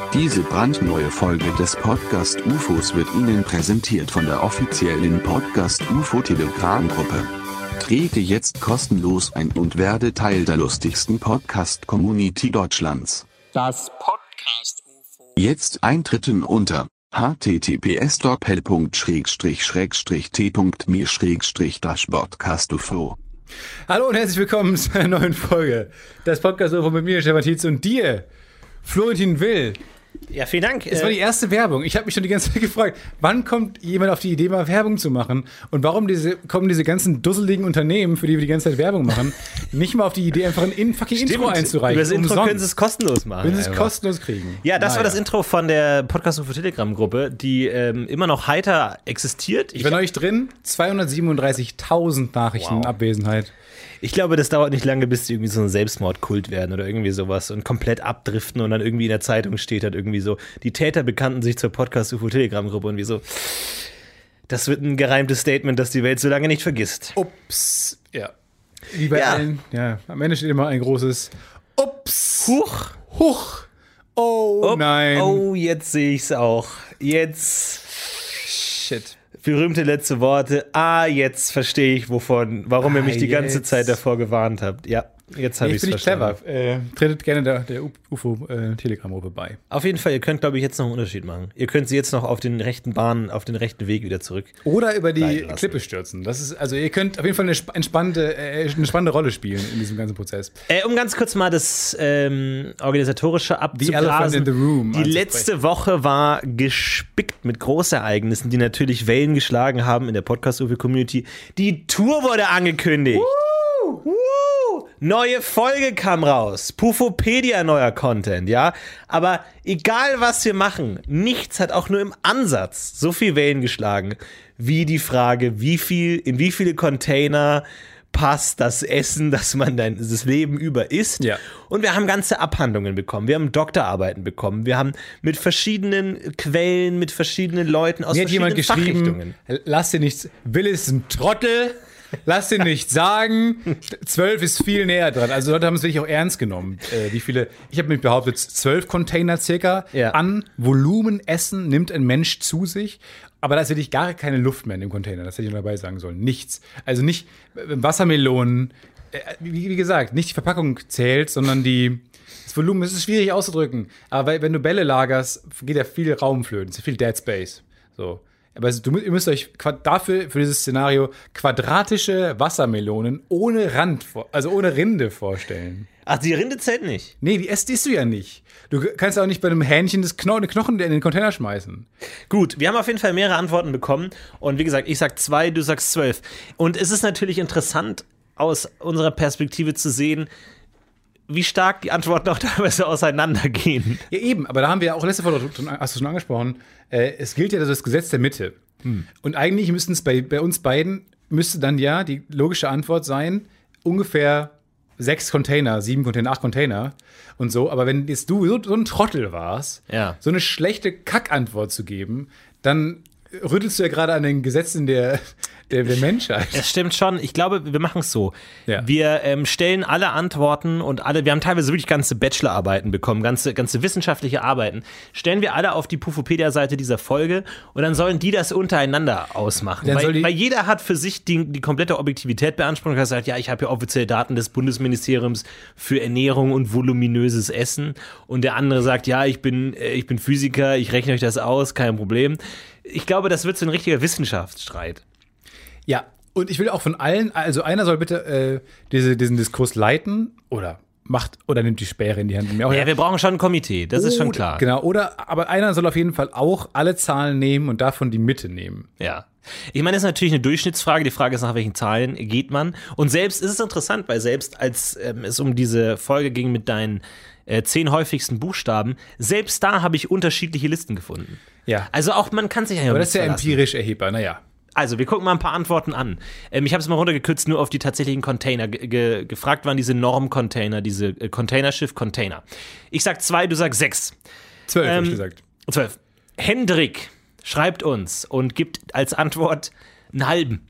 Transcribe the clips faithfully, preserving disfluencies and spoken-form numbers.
Diese brandneue Folge des Podcast U F Os wird Ihnen präsentiert von der offiziellen Podcast U F O Telegram-Gruppe. Trete jetzt kostenlos ein und werde Teil der lustigsten Podcast-Community Deutschlands. Das Podcast U F O. Jetzt eintreten unter h t t p s doppelpunkt schrägstrich schrägstrich t punkt m schrägstrich dash podcast u f o. Hallo und herzlich willkommen zu einer neuen Folge des Podcast U F O mit mir, Stefan Tietz, und dir, Florentin Will. Ja, vielen Dank. Das war die erste Werbung. Ich habe mich schon die ganze Zeit gefragt, wann kommt jemand auf die Idee, mal Werbung zu machen? Und warum diese, kommen diese ganzen dusseligen Unternehmen, für die wir die ganze Zeit Werbung machen, nicht mal auf die Idee, einfach ein in fucking Stimmt. Intro einzureichen? Über das Intro umsonst. können sie es kostenlos machen. Können sie es einfach. kostenlos kriegen. Ja, das naja. war das Intro von der Podcast U F O Telegram-Gruppe, die ähm, immer noch heiter existiert. Ich war neulich drin, zweihundertsiebenunddreißigtausend Nachrichten in Wow. Abwesenheit. Ich glaube, das dauert nicht lange, bis die irgendwie so ein Selbstmordkult werden oder irgendwie sowas und komplett abdriften und dann irgendwie in der Zeitung steht halt irgendwie so, die Täter bekannten sich zur Podcast U F O Telegram-Gruppe und wie so, das wird ein gereimtes Statement, das die Welt so lange nicht vergisst. Ups. Ja. Wie bei Ja. allen. Ja, am Ende steht immer ein großes Ups. Huch. Huch. Oh, Oh, nein. Oh, jetzt sehe ich's auch. Jetzt. Shit. Berühmte letzte Worte. Ah, jetzt verstehe ich, wovon, warum ihr mich Ah, die ganze jetzt. Zeit davor gewarnt habt. Ja, jetzt habe Nee, ich ich es bin nicht verstanden. clever. Äh, tretet gerne der, der U F O-Telegram-Gruppe bei. Auf jeden Fall, ihr könnt, glaube ich, jetzt noch einen Unterschied machen. Ihr könnt sie jetzt noch auf den rechten Bahn, auf den rechten Weg wieder zurück. Oder über die Reinlassen. Klippe stürzen. Das ist, also ihr könnt auf jeden Fall eine, sp- entspannte, äh, eine spannende Rolle spielen in diesem ganzen Prozess. Äh, um ganz kurz mal das ähm, Organisatorische The elephant abzugrasen. in the room. Die anzusprechen. letzte Woche war gespickt mit Großereignissen, die natürlich Wellen geschlagen haben in der Podcast-U F O-Community. Die Tour wurde angekündigt. Woo! Woo! Neue Folge kam raus. Pufopedia neuer Content, ja. Aber egal, was wir machen, nichts hat auch nur im Ansatz so viel Wellen geschlagen, wie die Frage, wie viel, in wie viele Container passt das Essen, das man dann das Leben über isst. Ja. Und wir haben ganze Abhandlungen bekommen. Wir haben Doktorarbeiten bekommen. Wir haben mit verschiedenen Quellen, mit verschiedenen Leuten aus Mir hat verschiedenen jemand geschrieben, Fachrichtungen. lass dir nichts, Will ist ein Trottel, lass dir nichts sagen, zwölf ist viel näher dran. Also Leute haben es wirklich auch ernst genommen. Äh, wie viele, ich habe mich behauptet, zwölf Container circa Ja. an Volumenessen nimmt ein Mensch zu sich. Aber da ist wirklich gar keine Luft mehr in dem Container. Das hätte ich noch dabei sagen sollen. Nichts. Also nicht äh, Wassermelonen. Äh, wie, wie gesagt, nicht die Verpackung zählt, sondern die, das Volumen. Es ist schwierig auszudrücken. Aber weil, wenn du Bälle lagerst, geht ja viel Raum flöten. Es ist viel Dead Space. So. Aber es, du, mü- ihr müsst euch qua- dafür, für dieses Szenario, quadratische Wassermelonen ohne Rand, vor, also ohne Rinde vorstellen. Ach, die Rinde zählt nicht. Nee, die isst isst du ja nicht. Du kannst auch nicht bei einem Hähnchen das Kno den Knochen in den Container schmeißen. Gut, wir haben auf jeden Fall mehrere Antworten bekommen. Und wie gesagt, ich sag zwei, du sagst zwölf. Und es ist natürlich interessant, aus unserer Perspektive zu sehen, wie stark die Antworten auch teilweise auseinandergehen. Ja, eben, aber da haben wir ja auch letzte Folge, hast du schon angesprochen, äh, es gilt ja das Gesetz der Mitte. Und eigentlich müssten es bei, bei uns beiden, müsste dann ja die logische Antwort sein, ungefähr sechs Container, sieben Container, acht Container und so. Aber wenn jetzt du so, so ein Trottel warst, Ja. so eine schlechte Kackantwort zu geben, dann rüttelst du ja gerade an den Gesetzen der, der, der Menschheit. Es stimmt schon. Ich glaube, wir machen es so. Ja. Wir ähm, stellen alle Antworten und alle, wir haben teilweise wirklich ganze Bachelorarbeiten bekommen, ganze, ganze wissenschaftliche Arbeiten, stellen wir alle auf die Pufopedia-Seite dieser Folge und dann sollen die das untereinander ausmachen. Dann soll Weil, die- weil jeder hat für sich die, die komplette Objektivität beansprucht und hat gesagt, ja, ich habe ja offizielle Daten des Bundesministeriums für Ernährung und voluminöses Essen und der andere sagt, ja, ich bin, äh, ich bin Physiker, ich rechne euch das aus, kein Problem. Ich glaube, das wird so ein richtiger Wissenschaftsstreit. Ja, und ich will auch von allen, also einer soll bitte äh, diese, diesen Diskurs leiten oder macht oder nimmt die Sperre in die Hand. Mir auch, Ja, wir brauchen schon ein Komitee, das ist schon Oder- klar. Genau, oder, aber einer soll auf jeden Fall auch alle Zahlen nehmen und davon die Mitte nehmen. Ja. Ich meine, das ist natürlich eine Durchschnittsfrage. Die Frage ist, nach welchen Zahlen geht man? Und selbst ist es interessant, weil selbst als ähm, es um diese Folge ging mit deinen äh, zehn häufigsten Buchstaben, selbst da habe ich unterschiedliche Listen gefunden. Ja. Also auch man kann sich ja Aber das ist ja verlassen. empirisch erhebbar, naja. Also, wir gucken mal ein paar Antworten an. Ähm, ich habe es mal runtergekürzt, nur auf die tatsächlichen Container. Ge ge gefragt waren diese Norm-Container, diese äh, Containerschiff-Container. Ich sag zwei, du sagst sechs. Zwölf, hab Ähm, ich gesagt. Zwölf. Hendrik schreibt uns und gibt als Antwort einen halben.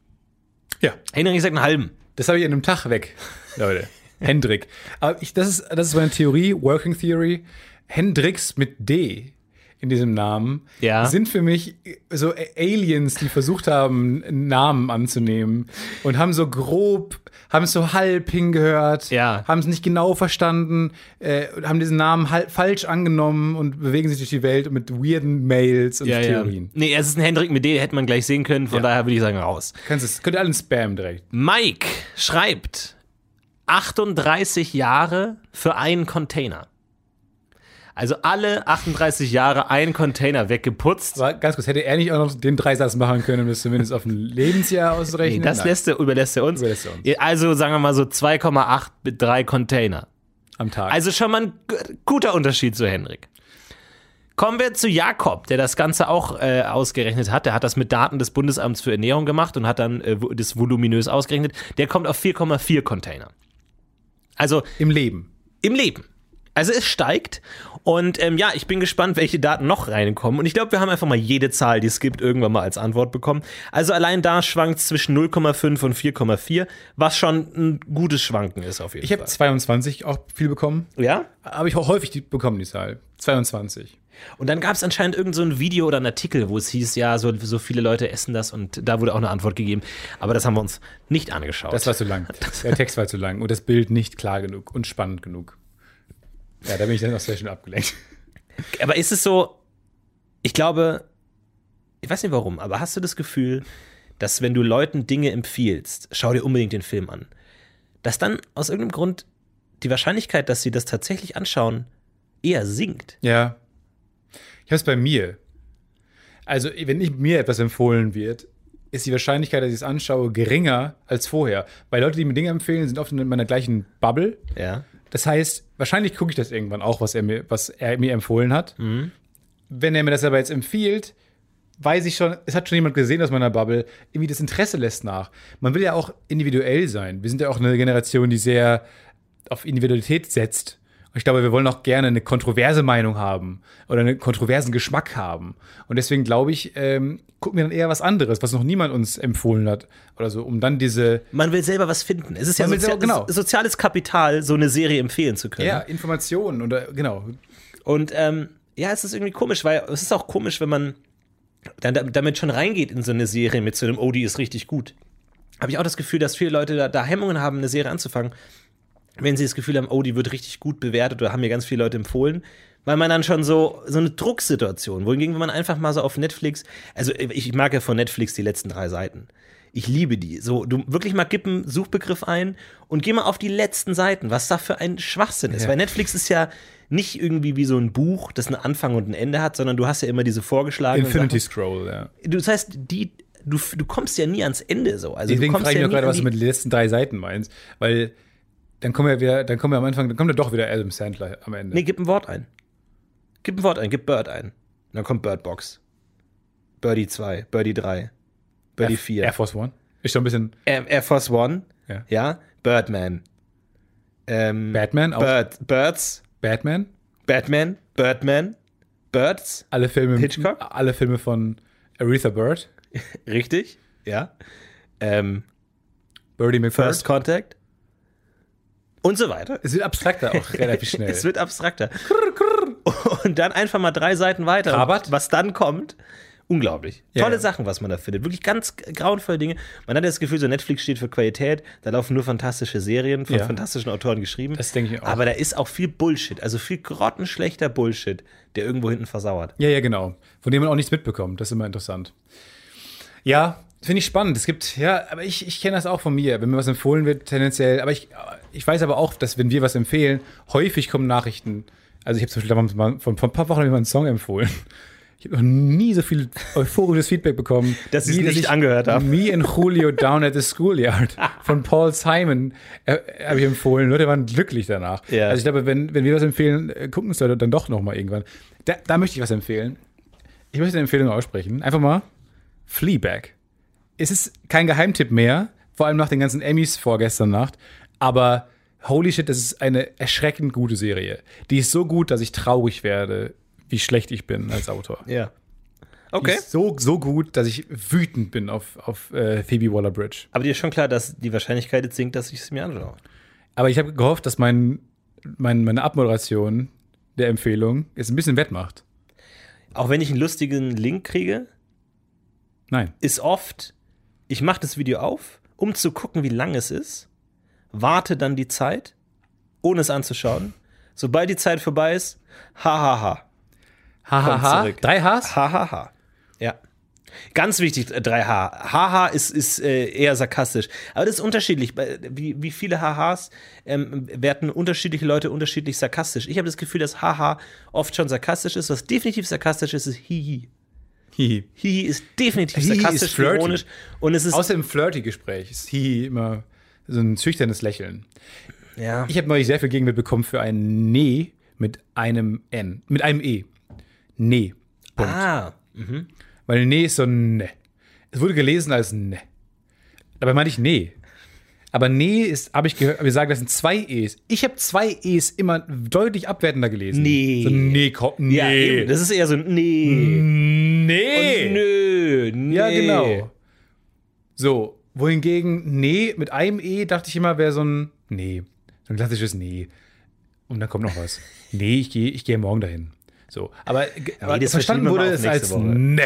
Ja, Hendrik sagt einen halben. das habe ich an einem Tag weg, Leute. Hendrik. Aber ich, das, ist, das ist meine Theorie, Working Theory. Hendrix mit D in diesem Namen Ja. sind für mich so Aliens, die versucht haben, einen Namen anzunehmen und haben so grob, haben es so halb hingehört, Ja. haben es nicht genau verstanden, äh, haben diesen Namen halb falsch angenommen und bewegen sich durch die Welt mit weirden Mails und Ja, ja. Theorien. Nee, es ist ein Hendrik mit D, hätte man gleich sehen können, von Ja. daher würde ich sagen, raus. Kannst es, könnt ihr allen Spam direkt. Mike schreibt achtunddreißig Jahre für einen Container. Also alle achtunddreißig Jahre einen Container weggeputzt. Aber ganz kurz, hätte er nicht auch noch den Dreisatz machen können, um das zumindest auf ein Lebensjahr Nee, auszurechnen? das Nein. lässt er, überlässt er uns. Überlässt er uns. Also sagen wir mal so zwei Komma acht bis drei Container. Am Tag. Also schon mal ein g- guter Unterschied zu Henrik. Kommen wir zu Jakob, der das Ganze auch äh, ausgerechnet hat. Der hat das mit Daten des Bundesamts für Ernährung gemacht und hat dann äh, wo- das voluminös ausgerechnet. Der kommt auf vier Komma vier Container. Also Im Leben. im Leben. Also es steigt und ähm, ja, ich bin gespannt, welche Daten noch reinkommen und ich glaube, wir haben einfach mal jede Zahl, die es gibt, irgendwann mal als Antwort bekommen. Also allein da schwankt es zwischen null Komma fünf und vier Komma vier, was schon ein gutes Schwanken ist auf jeden Ich habe Fall. zweiundzwanzig auch viel bekommen. Ja? Habe ich auch häufig die, bekommen, die Zahl. zweiundzwanzig. Und dann gab es anscheinend irgend so ein Video oder ein Artikel, wo es hieß, ja, so, so viele Leute essen das und da wurde auch eine Antwort gegeben. Aber das haben wir uns nicht angeschaut. Das war zu lang. Der Text war zu lang und das Bild nicht klar genug und spannend genug. Ja, da bin ich dann auch sehr schön abgelenkt. Aber ist es so, ich glaube, ich weiß nicht warum, aber hast du das Gefühl, dass wenn du Leuten Dinge empfiehlst, schau dir unbedingt den Film an, dass dann aus irgendeinem Grund die Wahrscheinlichkeit, dass sie das tatsächlich anschauen, eher sinkt? Ja. Ich habe es bei mir. Also, wenn ich, mir etwas empfohlen wird, ist die Wahrscheinlichkeit, dass ich es anschaue, geringer als vorher. Weil Leute, die mir Dinge empfehlen, sind oft in meiner gleichen Bubble. Ja. Das heißt, wahrscheinlich gucke ich das irgendwann auch, was er mir, was er mir empfohlen hat. Mhm. Wenn er mir das aber jetzt empfiehlt, weiß ich schon, es hat schon jemand gesehen aus meiner Bubble, irgendwie das Interesse lässt nach. Man will ja auch individuell sein. Wir sind ja auch eine Generation, die sehr auf Individualität setzt. Und ich glaube, wir wollen auch gerne eine kontroverse Meinung haben oder einen kontroversen Geschmack haben. Und deswegen glaube ich, ähm, gucken wir dann eher was anderes, was noch niemand uns empfohlen hat oder so, um dann diese Man will selber was finden. Es ist ja Man will sozial, selber- genau. soziales Kapital, so eine Serie empfehlen zu können. ja, Informationen oder genau. Und ähm, ja, es ist irgendwie komisch, weil es ist auch komisch, wenn man dann da- damit schon reingeht in so eine Serie mit so einem, oh, die ist richtig gut. Habe ich auch das Gefühl, dass viele Leute da, da Hemmungen haben, eine Serie anzufangen, wenn sie das Gefühl haben, oh, die wird richtig gut bewertet oder haben mir ganz viele Leute empfohlen, weil man dann schon so, so eine Drucksituation, wohingegen, wenn man einfach mal so auf Netflix, also ich mag ja von Netflix die letzten drei Seiten. Ich liebe die. So, du wirklich mal gib einen Suchbegriff ein und geh mal auf die letzten Seiten, was da für ein Schwachsinn ist. Ja. Weil Netflix ist ja nicht irgendwie wie so ein Buch, das einen Anfang und ein Ende hat, sondern du hast ja immer diese vorgeschlagenen Infinity Sachen. Scroll, ja. Du, das heißt, die, du, du kommst ja nie ans Ende so. Also Deswegen du kommst frage ich ja mich auch nie gerade, an was du die- mit den letzten drei Seiten meinst. Weil dann kommen wir wieder, dann kommen wir am Anfang, dann kommt ja doch wieder Adam Sandler am Ende. Nee, gib ein Wort ein. Gib ein Wort ein, gib Bird ein. Und dann kommt Bird Box. Birdie zwei, Birdie drei, Birdie Air, vier. Air Force One. Ist schon ein bisschen Air, Air Force One. Ja. Ja. Birdman. Ähm, Batman, auch Bird, Birds. Batman. Batman. Birdman. Birds. Alle Filme, Hitchcock? alle Filme von Aretha Bird. Richtig. Ja. Ähm, Birdie McFirst. First Contact. Und so weiter. Es wird abstrakter auch relativ schnell. Es wird abstrakter. Und dann einfach mal drei Seiten weiter. Krabat? Was dann kommt, unglaublich. Ja, Tolle ja. Sachen, was man da findet. Wirklich ganz grauenvolle Dinge. Man hat das Gefühl, so Netflix steht für Qualität. Da laufen nur fantastische Serien von Ja. fantastischen Autoren geschrieben. Das denke ich auch. Aber da ist auch viel Bullshit. Also viel grottenschlechter Bullshit, der irgendwo hinten versauert. Ja, ja, genau. Von dem man auch nichts mitbekommt. Das ist immer interessant. Ja, finde ich spannend. Es gibt, ja, aber ich, ich kenne das auch von mir, wenn mir was empfohlen wird, tendenziell. Aber ich, ich weiß aber auch, dass wenn wir was empfehlen, häufig kommen Nachrichten. Also ich habe zum Beispiel damals mal, vor, vor ein paar Wochen hab ich mal einen Song empfohlen. Ich habe noch nie so viel euphorisches Feedback bekommen. Dass Sie es wie, nicht ich angehört haben. Me and Julio Down at the Schoolyard von Paul Simon äh, habe ich empfohlen. Leute waren glücklich danach. Ja. Also ich glaube, wenn, wenn wir was empfehlen, äh, gucken es Leute dann doch noch mal irgendwann. Da, da möchte ich was empfehlen. Ich möchte eine Empfehlung aussprechen. Einfach mal Fleabag. Es ist kein Geheimtipp mehr, vor allem nach den ganzen Emmys vorgestern Nacht, aber holy shit, das ist eine erschreckend gute Serie. Die ist so gut, dass ich traurig werde, wie schlecht ich bin als Autor. Ja. Die Okay. ist so, so gut, dass ich wütend bin auf, auf äh, Phoebe Waller-Bridge. Aber dir ist schon klar, dass die Wahrscheinlichkeit jetzt sinkt, dass ich es mir anschaue. Aber ich habe gehofft, dass mein, mein, meine Abmoderation der Empfehlung es ein bisschen wettmacht. Auch wenn ich einen lustigen Link kriege, Nein. ist oft, ich mache das Video auf, um zu gucken, wie lang es ist, warte dann die Zeit, ohne es anzuschauen. Sobald die Zeit vorbei ist, hahaha. Hahaha. Drei Hs? Hahaha. Ja. Ganz wichtig, äh, drei H. Haha ist, ist äh, eher sarkastisch. Aber das ist unterschiedlich. Bei- Wie, wie viele Hahas ähm, werten unterschiedliche Leute unterschiedlich sarkastisch. Ich habe das Gefühl, dass Haha oft schon sarkastisch ist. Was definitiv sarkastisch ist, ist Hihi. Hihi. Hihi ist definitiv Hihi ist sarkastisch, flirty. ironisch. Und es ist. Außer im Flirty-Gespräch ist Hihi immer so ein schüchternes Lächeln. ja. Ich habe neulich sehr viel Gegenwind bekommen für ein Nee mit einem N. Mit einem E. Nee. Punkt. Ah. Weil Nee ist so ein Ne. Es wurde gelesen als Ne. Dabei meine ich Nee. Aber Nee ist, habe ich gehört, wir sagen, das sind zwei E's. Ich habe zwei E's immer deutlich abwertender gelesen. Nee. So Nee, komm, Nee. Ja, eben. Das ist eher so ein Nee. Nee. Und nö. Nee. Ja, genau. So, wohingegen Nee mit einem E dachte ich immer, wäre so ein Nee. So ein klassisches Nee. Und dann kommt noch was. Nee, ich gehe ich gehe morgen dahin. So, aber, aber das verstanden verschieben wir wurde mal auf es nächste als Woche. Ne.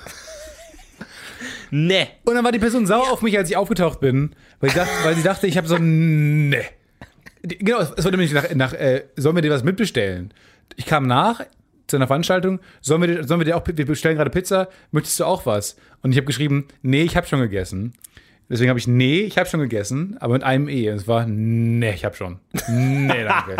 Nee. Und dann war die Person sauer auf mich, als ich aufgetaucht bin, weil, ich dachte, weil sie dachte, ich habe so ein Ne. Die- Genau, es wurde nämlich nach, nach äh, sollen wir dir was mitbestellen? Ich kam nach zu einer Veranstaltung, sollen wir, dir- sollen wir dir auch, wir bestellen gerade Pizza, möchtest du auch was? Und ich habe geschrieben, nee, ich habe schon gegessen. Deswegen habe ich, nee, ich habe schon gegessen, aber mit einem E. Und es war, nee, ich habe schon. Nee, danke.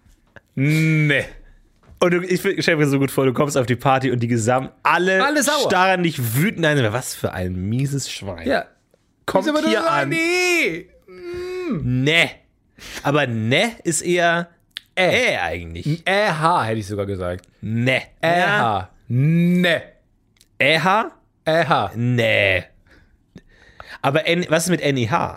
Nee. Und du, ich stelle mir so gut vor, du kommst auf die Party und die gesamt alle, Alle sauer. starren dich wütend an. Was für ein mieses Schwein. Ja. Kommt Aber hier das- an. Nee. Ne. Aber ne ist eher äh eigentlich. Äh hätte ich sogar gesagt. Ne. Äh. Ne. Äha? Äh. Ne. Aber N, was ist mit N I H?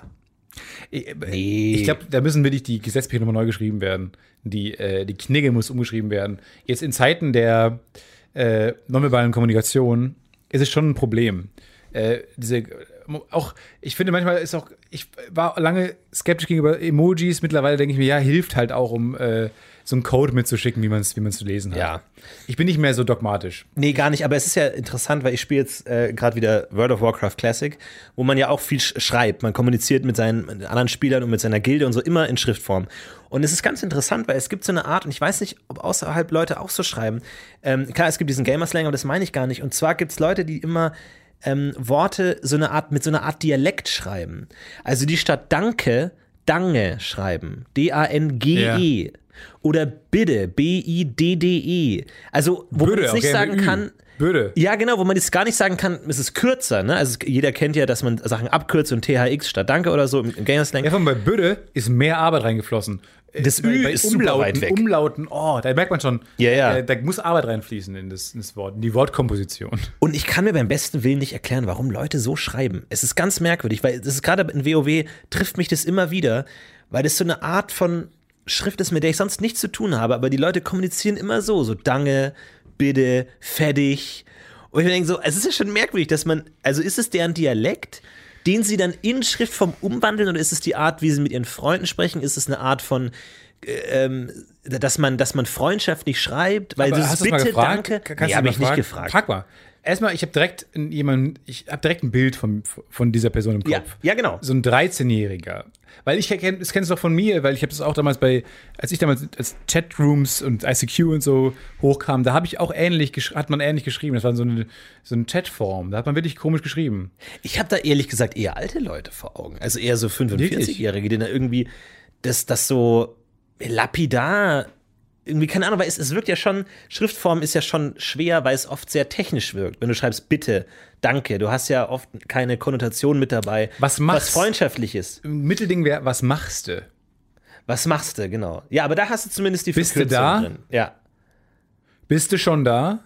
Nee. Ich glaube, da müssen wirklich die Gesetzbücher nochmal neu geschrieben werden. Die, äh, die Knigge muss umgeschrieben werden. Jetzt in Zeiten der äh, nonverbalen Kommunikation ist es schon ein Problem. Äh, diese, auch, ich finde manchmal ist auch, ich war lange skeptisch gegenüber Emojis. Mittlerweile denke ich mir, ja, hilft halt auch, um äh, so einen Code mitzuschicken, wie man es wie man's zu lesen hat. Ja. Ich bin nicht mehr so dogmatisch. Nee, gar nicht, aber es ist ja interessant, weil ich spiele jetzt äh, gerade wieder World of Warcraft Classic, wo man ja auch viel sch- schreibt. Man kommuniziert mit seinen mit anderen Spielern und mit seiner Gilde und so immer in Schriftform. Und es ist ganz interessant, weil es gibt so eine Art, und ich weiß nicht, ob außerhalb Leute auch so schreiben. Ähm, klar, es gibt diesen Gamer-Slang, aber das meine ich gar nicht. Und zwar gibt es Leute, die immer ähm, Worte so eine Art, mit so einer Art Dialekt schreiben. Also die statt Danke, Dange schreiben. D A N G E. Ja. Oder Bitte, B I D D E. Also, wo man Böde, jetzt nicht okay, sagen mit Ü. kann. Böde. Ja, genau, wo man jetzt gar nicht sagen kann, es ist kürzer, ne? Also jeder kennt ja, dass man Sachen abkürzt und T H X statt Danke oder so im im Gamerslang. Ja, von bei Böde ist mehr Arbeit reingeflossen. Das Bei- Ü bei ist super Umlauten, weit weg. Umlauten, oh, da merkt man schon, Ja, ja. Äh, da muss Arbeit reinfließen in das, in das Wort, in die Wortkomposition. Und ich kann mir beim besten Willen nicht erklären, warum Leute so schreiben. Es ist ganz merkwürdig, weil das ist gerade in WoW trifft mich das immer wieder, weil das so eine Art von Schrift ist, mit der ich sonst nichts zu tun habe, aber die Leute kommunizieren immer so, so Dange, Bitte, fertig. Und ich mir denke so, es ist ja schon merkwürdig, dass man, also ist es deren Dialekt, den sie dann in Schriftform umwandeln, oder ist es die Art, wie sie mit ihren Freunden sprechen? Ist es eine Art von, äh, ähm, dass man, dass man freundschaftlich schreibt? Weil Aber das hast du's mal Bitte, gefragt? danke, Kannst nee, du habe mal ich nicht fragen? gefragt. Frag mal. Erstmal, ich habe direkt jemanden, ich habe direkt ein Bild von, von dieser Person im Kopf. Ja, ja, genau. So ein dreizehnjähriger. Weil ich kenn, das kennst du doch von mir, weil ich habe das auch damals bei, als ich damals als Chatrooms und I C Q und so hochkam, da habe ich auch ähnlich, gesch- hat man ähnlich geschrieben. Das war so eine, so eine Chatform. Da hat man wirklich komisch geschrieben. Ich habe da ehrlich gesagt eher alte Leute vor Augen. Also eher so fünfundvierzig-Jährige, die da irgendwie das, das so lapidar irgendwie, keine Ahnung, weil es, es wirkt ja schon, Schriftform ist ja schon schwer, weil es oft sehr technisch wirkt. Wenn du schreibst Bitte, Danke, du hast ja oft keine Konnotation mit dabei. Was machst- Was freundschaftlich ist. Ein Mittelding wäre, was machst du? Was machst du, genau. Ja, aber da hast du zumindest die Bist du Verkürzung da? drin. Ja. Bist du schon da?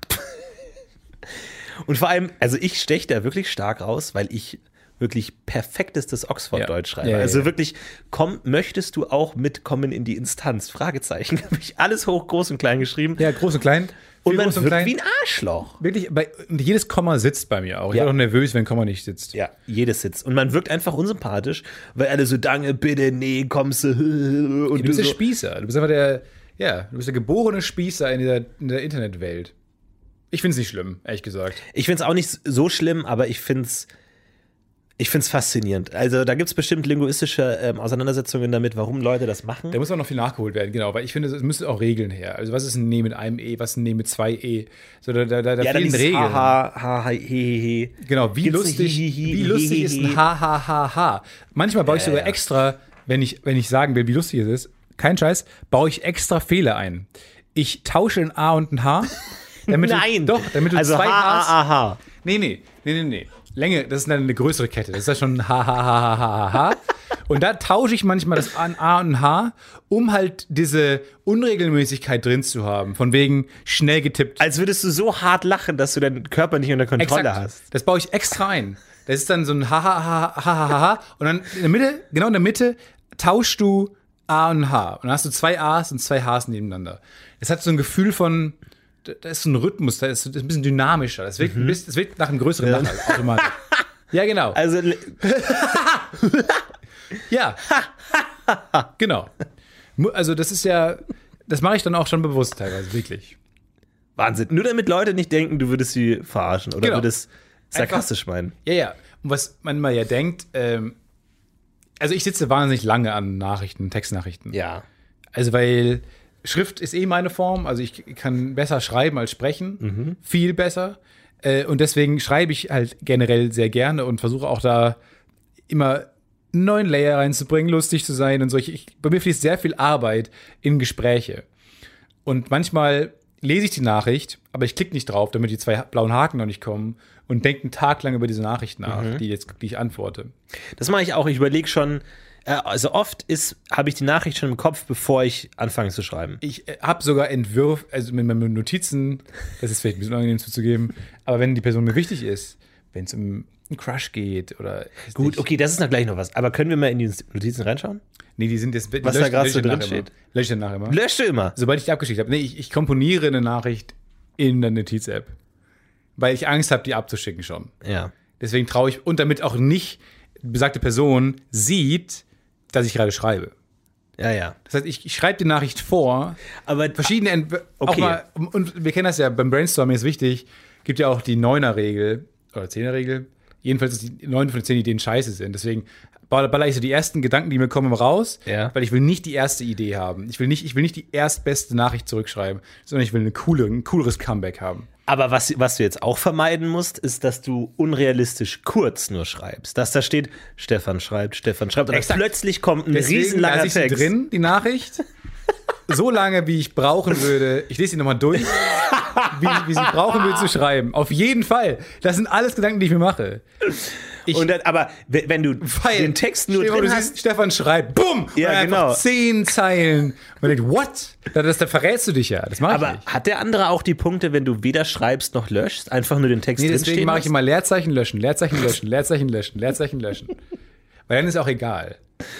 Und vor allem, also ich steche da wirklich stark raus, weil ich wirklich perfektestes Oxford-Deutsch Ja. schreibe. Ja, ja, also ja. wirklich, komm, möchtest du auch mitkommen in die Instanz? Fragezeichen. Habe ich alles hoch, groß und klein geschrieben. Ja, groß und klein. und Viel man groß und wirkt klein. wie ein Arschloch. Wirklich, bei, und jedes Komma sitzt bei mir auch. Ich Ja. bin auch nervös, wenn ein Komma nicht sitzt. Ja, jedes sitzt. Und man wirkt einfach unsympathisch, weil alle so, danke, bitte, nee, kommst du. Und Du bist du der so, Spießer. Du bist einfach der, Ja, du bist der geborene Spießer in, dieser, in der Internetwelt. Ich find's nicht schlimm, ehrlich gesagt. Ich find's auch nicht so schlimm, aber ich find's Ich finde es faszinierend. Also da gibt es bestimmt linguistische ähm, Auseinandersetzungen damit, warum Leute das machen. Da muss auch noch viel nachgeholt werden, genau. Weil ich finde, es müssen auch Regeln her. Also was ist ein Ne mit einem E, was ist ein Ne mit zwei E? So, da da, da ja, fehlen Regeln. Ha, ha, ha, he, he, he. Genau, wie Gibt's lustig, hi, hi, hi, wie lustig hi, ist hi, ein Ha, ha, ha, ha. Manchmal baue ich Ja, sogar ja. extra, wenn ich, wenn ich sagen will, wie lustig es ist, kein Scheiß, baue ich extra Fehler ein. Ich tausche ein A und ein H. Damit Nein! Du, doch, damit du also zwei ha, Hs. ha, ha. Nee, nee, nee, nee, nee. Länge, das ist dann eine größere Kette. Das ist ja schon ha, ha, ha, ha, ha, ha. Und da tausche ich manchmal das A, ein A und ein H, um halt diese Unregelmäßigkeit drin zu haben. Von wegen schnell getippt. Als würdest du so hart lachen, dass du deinen Körper nicht unter Kontrolle Exakt. hast. Das baue ich extra ein. Das ist dann so ein ha, ha, ha, ha, ha, ha, ha. Und dann in der Mitte, genau in der Mitte, tauschst du A und H. Und dann hast du zwei A's und zwei H's nebeneinander. Das hat so ein Gefühl von, da ist so ein Rhythmus, da ist, das ist ein bisschen dynamischer. Das wirkt, ein bisschen, das wirkt nach einem größeren Ja. Lacher automatisch. Ja, genau. Also Ja. Genau. Mu- Also das ist ja, das mache ich dann auch schon bewusst teilweise, wirklich. Wahnsinn. Nur damit Leute nicht denken, du würdest sie verarschen oder Genau. würdest sarkastisch meinen. Ja, ja. Und was man mal ja denkt, ähm, also ich sitze wahnsinnig lange an Nachrichten, Textnachrichten. Ja. Also weil Schrift ist eh meine Form, also ich kann besser schreiben als sprechen, Mhm. viel besser. Äh, und deswegen schreibe ich halt generell sehr gerne und versuche auch da immer einen neuen Layer reinzubringen, lustig zu sein und solche. Ich, bei mir fließt sehr viel Arbeit in Gespräche. Und manchmal lese ich die Nachricht, aber ich klicke nicht drauf, damit die zwei blauen Haken noch nicht kommen und denke einen Tag lang über diese Nachricht nach, Mhm. die, jetzt, die ich antworte. Das mache ich auch. Ich überlege schon, äh, also oft ist, habe ich die Nachricht schon im Kopf, bevor ich anfange zu schreiben. Ich äh, habe sogar Entwürfe, also mit meinen Notizen, das ist vielleicht ein bisschen unangenehm zuzugeben, aber wenn die Person mir wichtig ist, wenn es um einen Crush geht oder. weiß Gut, nicht. okay, das ist noch gleich noch was. Aber können wir mal in die Notizen reinschauen? Nee, die sind jetzt. Die Was da lösche- gerade lösche so ich drin danach steht. immer. Lösche ich danach immer. Löscht du immer. Sobald ich die abgeschickt habe. Nee, ich, ich komponiere eine Nachricht in der Notiz-App. Weil ich Angst habe, die abzuschicken schon. Ja. Deswegen traue ich, und damit auch nicht besagte Person sieht, dass ich gerade schreibe. Ja, ja. Das heißt, ich, ich schreibe die Nachricht vor, Aber verschiedene Entw- auch Okay. mal, und wir kennen das ja, beim Brainstorming ist wichtig, gibt ja auch die Neuner-Regel oder Zehner-Regel. Jedenfalls, dass die neun von zehn Ideen scheiße sind. Deswegen baller ich so die ersten Gedanken, die mir kommen, raus, Ja. weil ich will nicht die erste Idee haben. Ich will nicht, ich will nicht die erstbeste Nachricht zurückschreiben, sondern ich will eine coole, ein cooleres Comeback haben. Aber was, was du jetzt auch vermeiden musst, ist, dass du unrealistisch kurz nur schreibst. Dass da steht, Stefan schreibt, Stefan schreibt. Und dann Exakt. plötzlich kommt ein Deswegen riesenlanger lasse ich sie Text. drin, die Nachricht, so lange, wie ich brauchen würde. Ich lese sie nochmal durch, wie, wie sie brauchen will zu schreiben. Auf jeden Fall. Das sind alles Gedanken, die ich mir mache. Ich, Und dann, aber w- wenn du weil den Text nur stell dir vor, drin du hast, siehst, Stefan schreibt, bumm, Ja, und dann genau. einfach zehn Zeilen. Und man denkt, what? Das, das, da verrätst du dich ja. Das mache ich aber nicht. hat der andere auch die Punkte, wenn du weder schreibst noch löschst, einfach nur den Text Nee, drin deswegen stehen mache ich lässt? immer Leerzeichen löschen, Leerzeichen löschen, Leerzeichen löschen, Leerzeichen löschen. Weil dann ist auch egal.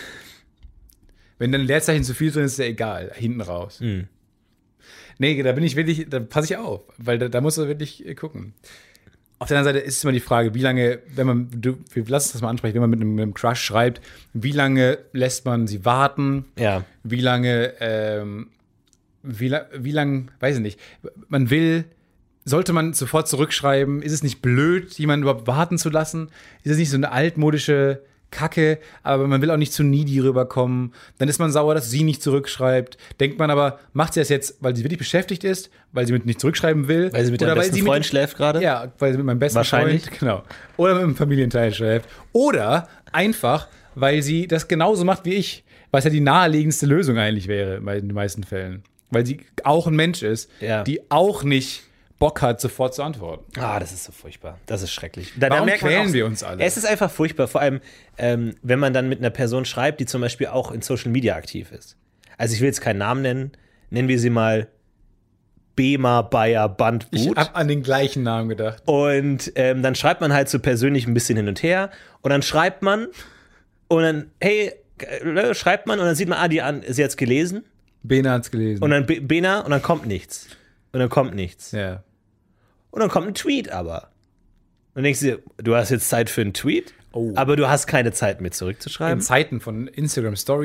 Wenn dann Leerzeichen zu viel drin ist, ist ja egal. Hinten raus. Hm. Nee, da bin ich wirklich, da passe ich auf. Weil da, da musst du wirklich äh, gucken. Auf der anderen Seite ist immer die Frage, wie lange, wenn man, du, wir lassen uns das mal ansprechen, wenn man mit einem, mit einem Crush schreibt, wie lange lässt man sie warten? Ja. Wie lange, ähm, wie, la wie lange, weiß ich nicht. Man will, sollte man sofort zurückschreiben? Ist es nicht blöd, jemanden überhaupt warten zu lassen? Ist es nicht so eine altmodische Kacke, aber man will auch nicht zu needy rüberkommen. Dann ist man sauer, dass sie nicht zurückschreibt. Denkt man aber, macht sie das jetzt, weil sie wirklich beschäftigt ist, weil sie mit nicht zurückschreiben will? Weil sie mit oder deinem weil besten sie Freund mit, schläft gerade? Ja, weil sie mit meinem besten Wahrscheinlich. Freund, genau. Oder mit einem Familienteil schläft. Oder einfach, weil sie das genauso macht wie ich, was ja die naheliegendste Lösung eigentlich wäre in den meisten Fällen. Weil sie auch ein Mensch ist, Ja. die auch nicht Bock hat, sofort zu antworten. Ah, das ist so furchtbar. Das ist schrecklich. Da, Warum da merkt man quälen auch, wir uns alle? Es ist einfach furchtbar. Vor allem, ähm, wenn man dann mit einer Person schreibt, die zum Beispiel auch in Social Media aktiv ist. Also ich will jetzt keinen Namen nennen. Nennen wir sie mal Bema Bayer Ich Bandbut. habe an den gleichen Namen gedacht. Und ähm, dann schreibt man halt so persönlich ein bisschen hin und her. Und dann schreibt man und dann, hey, äh, schreibt man und dann sieht man, ah, die an, ist jetzt gelesen. Bena hat's gelesen. Und dann Be- Bena und dann kommt nichts. Und dann kommt nichts. ja. Und dann kommt ein Tweet aber. Und dann denkst du dir, du hast jetzt Zeit für einen Tweet, Oh. aber du hast keine Zeit mehr In zurückzuschreiben. Zeiten von Instagram Stories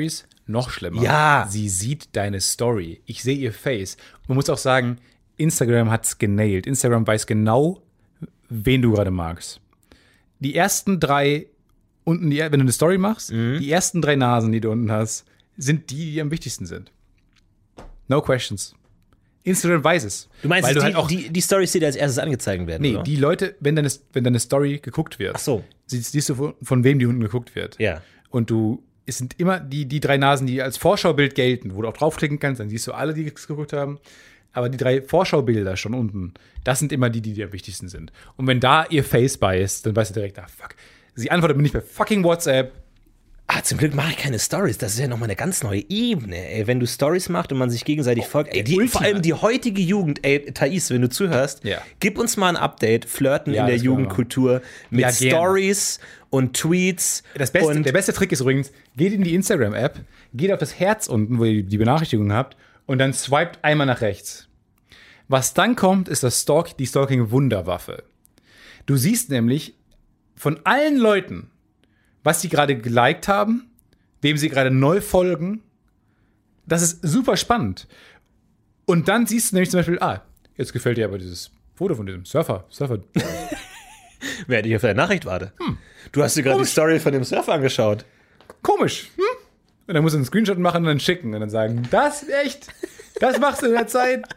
noch schlimmer. Ja. Sie sieht deine Story. Ich sehe ihr Face. Man muss auch sagen, Instagram hat's genailt. Instagram weiß genau, wen du gerade magst. Die ersten drei unten, die, wenn du eine Story machst, mhm. die ersten drei Nasen, die du unten hast, sind die, die am wichtigsten sind. No questions. Instagram weiß es. Du meinst, weil die, du halt auch, die, die Storys, die dir als erstes angezeigt werden, nee, oder? die Leute, wenn deine, wenn deine Story geguckt wird, Ach so. siehst, siehst du, von, von wem die unten geguckt wird. Ja. Und du, es sind immer die, die drei Nasen, die als Vorschaubild gelten, wo du auch draufklicken kannst, dann siehst du alle, die es geguckt haben. Aber die drei Vorschaubilder schon unten, das sind immer die, die dir am wichtigsten sind. Und wenn da ihr Face beißt, dann weißt du direkt, ah, fuck. Sie antwortet mir nicht bei fucking WhatsApp. Ah, zum Glück mache ich keine Stories. Das ist ja nochmal eine ganz neue Ebene, ey. Wenn du Stories machst und man sich gegenseitig folgt. Ey, die, vor allem die heutige Jugend, ey, Thais, wenn du zuhörst, Ja. gib uns mal ein Update. Flirten Ja, in der das können wir Jugendkultur mit Ja, gerne. Stories und Tweets. Das Beste, und der beste Trick ist übrigens, geht in die Instagram-App, geht auf das Herz unten, wo ihr die Benachrichtigung habt, und dann swiped einmal nach rechts. Was dann kommt, ist das Stalk, die Stalking-Wunderwaffe. Du siehst nämlich von allen Leuten, was sie gerade geliked haben, wem sie gerade neu folgen. Das ist super spannend. Und dann siehst du nämlich zum Beispiel, ah, jetzt gefällt dir aber dieses Foto von diesem Surfer. Surfer. Während ich auf deine Nachricht warte. Hm. Du hast dir gerade die Story von dem Surfer angeschaut. Komisch. Hm? Und dann musst du einen Screenshot machen und dann schicken und dann sagen, das echt? Das machst du in der Zeit?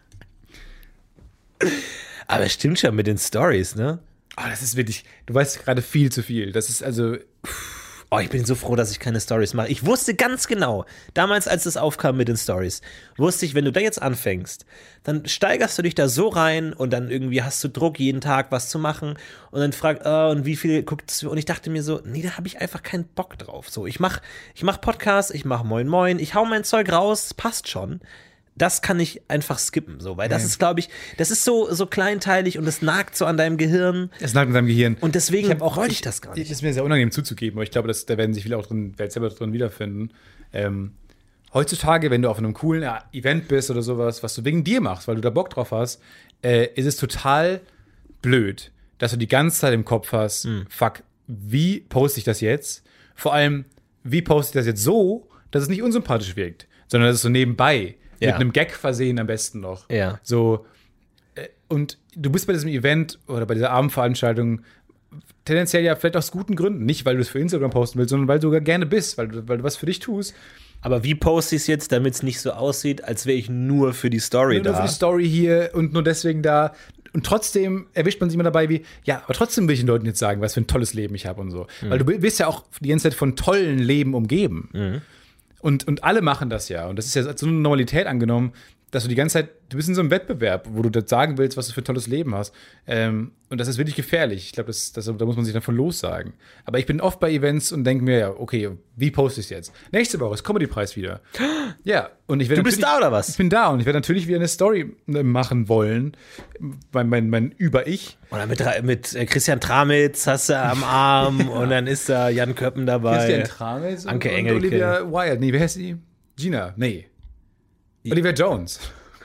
Aber es stimmt schon mit den Stories, ne? Oh, das ist wirklich, du weißt gerade viel zu viel. Das ist also, Oh, ich bin so froh, dass ich keine Stories mache. Ich wusste ganz genau, damals, als es aufkam mit den Stories, wusste ich, wenn du da jetzt anfängst, dann steigerst du dich da so rein und dann irgendwie hast du Druck, jeden Tag was zu machen und dann fragt, oh, und wie viel guckt's? Und ich dachte mir so, nee, da habe ich einfach keinen Bock drauf. So, ich mach, ich mach Podcasts, ich mach Moin Moin, ich hau mein Zeug raus, passt schon. Das kann ich einfach skippen, so, weil das ist, glaube ich, das ist so, so kleinteilig und das nagt so an deinem Gehirn. es nagt in deinem Gehirn. Und deswegen Ich hab auch- wollte ich das gar nicht. Es ist mir sehr unangenehm zuzugeben, aber ich glaube, dass, da werden sich viele auch drin, werden selber drin wiederfinden. Ähm, heutzutage, wenn du auf einem coolen äh, Event bist oder sowas, was du wegen dir machst, weil du da Bock drauf hast, äh, ist es total blöd, dass du die ganze Zeit im Kopf hast, Hm. fuck, wie poste ich das jetzt? Vor allem, wie poste ich das jetzt so, dass es nicht unsympathisch wirkt, sondern dass es so nebenbei, Ja. mit einem Gag versehen am besten noch. Ja. So, äh, und du bist bei diesem Event oder bei dieser Abendveranstaltung tendenziell ja vielleicht aus guten Gründen. Nicht, weil du es für Instagram posten willst, sondern weil du sogar gerne bist, weil du, weil du was für dich tust. Aber wie poste ich es jetzt, damit es nicht so aussieht, als wäre ich nur für die Story Nur da? für die Story hier und nur deswegen da. Und trotzdem erwischt man sich immer dabei wie, ja, aber trotzdem will ich den Leuten jetzt sagen, was für ein tolles Leben ich habe und so. Mhm. Weil du bist ja auch die ganze Zeit von tollen Leben umgeben. Mhm. Und, und alle machen das ja. Und das ist ja so eine Normalität angenommen, dass du die ganze Zeit, du bist in so einem Wettbewerb, wo du das sagen willst, was du für ein tolles Leben hast. Ähm, und das ist wirklich gefährlich. Ich glaube, das, das, da muss man sich dann von lossagen. Aber ich bin oft bei Events und denke mir, ja, okay, wie poste ich es jetzt? Nächste Woche ist Comedy-Preis wieder. Ja, und ich werde Du bist natürlich- da oder was? Ich bin da und ich werde natürlich wieder eine Story äh, machen wollen. Mein, mein, mein Über-Ich. Oder mit, mit äh, Christian Tramitz hast du am Arm und dann ist da Jan Köppen dabei. Christian Tramitz und, Anke und Engelke. Olivia Wilde. Nee, wer heißt die? Gina. Nee. Olivia Jones.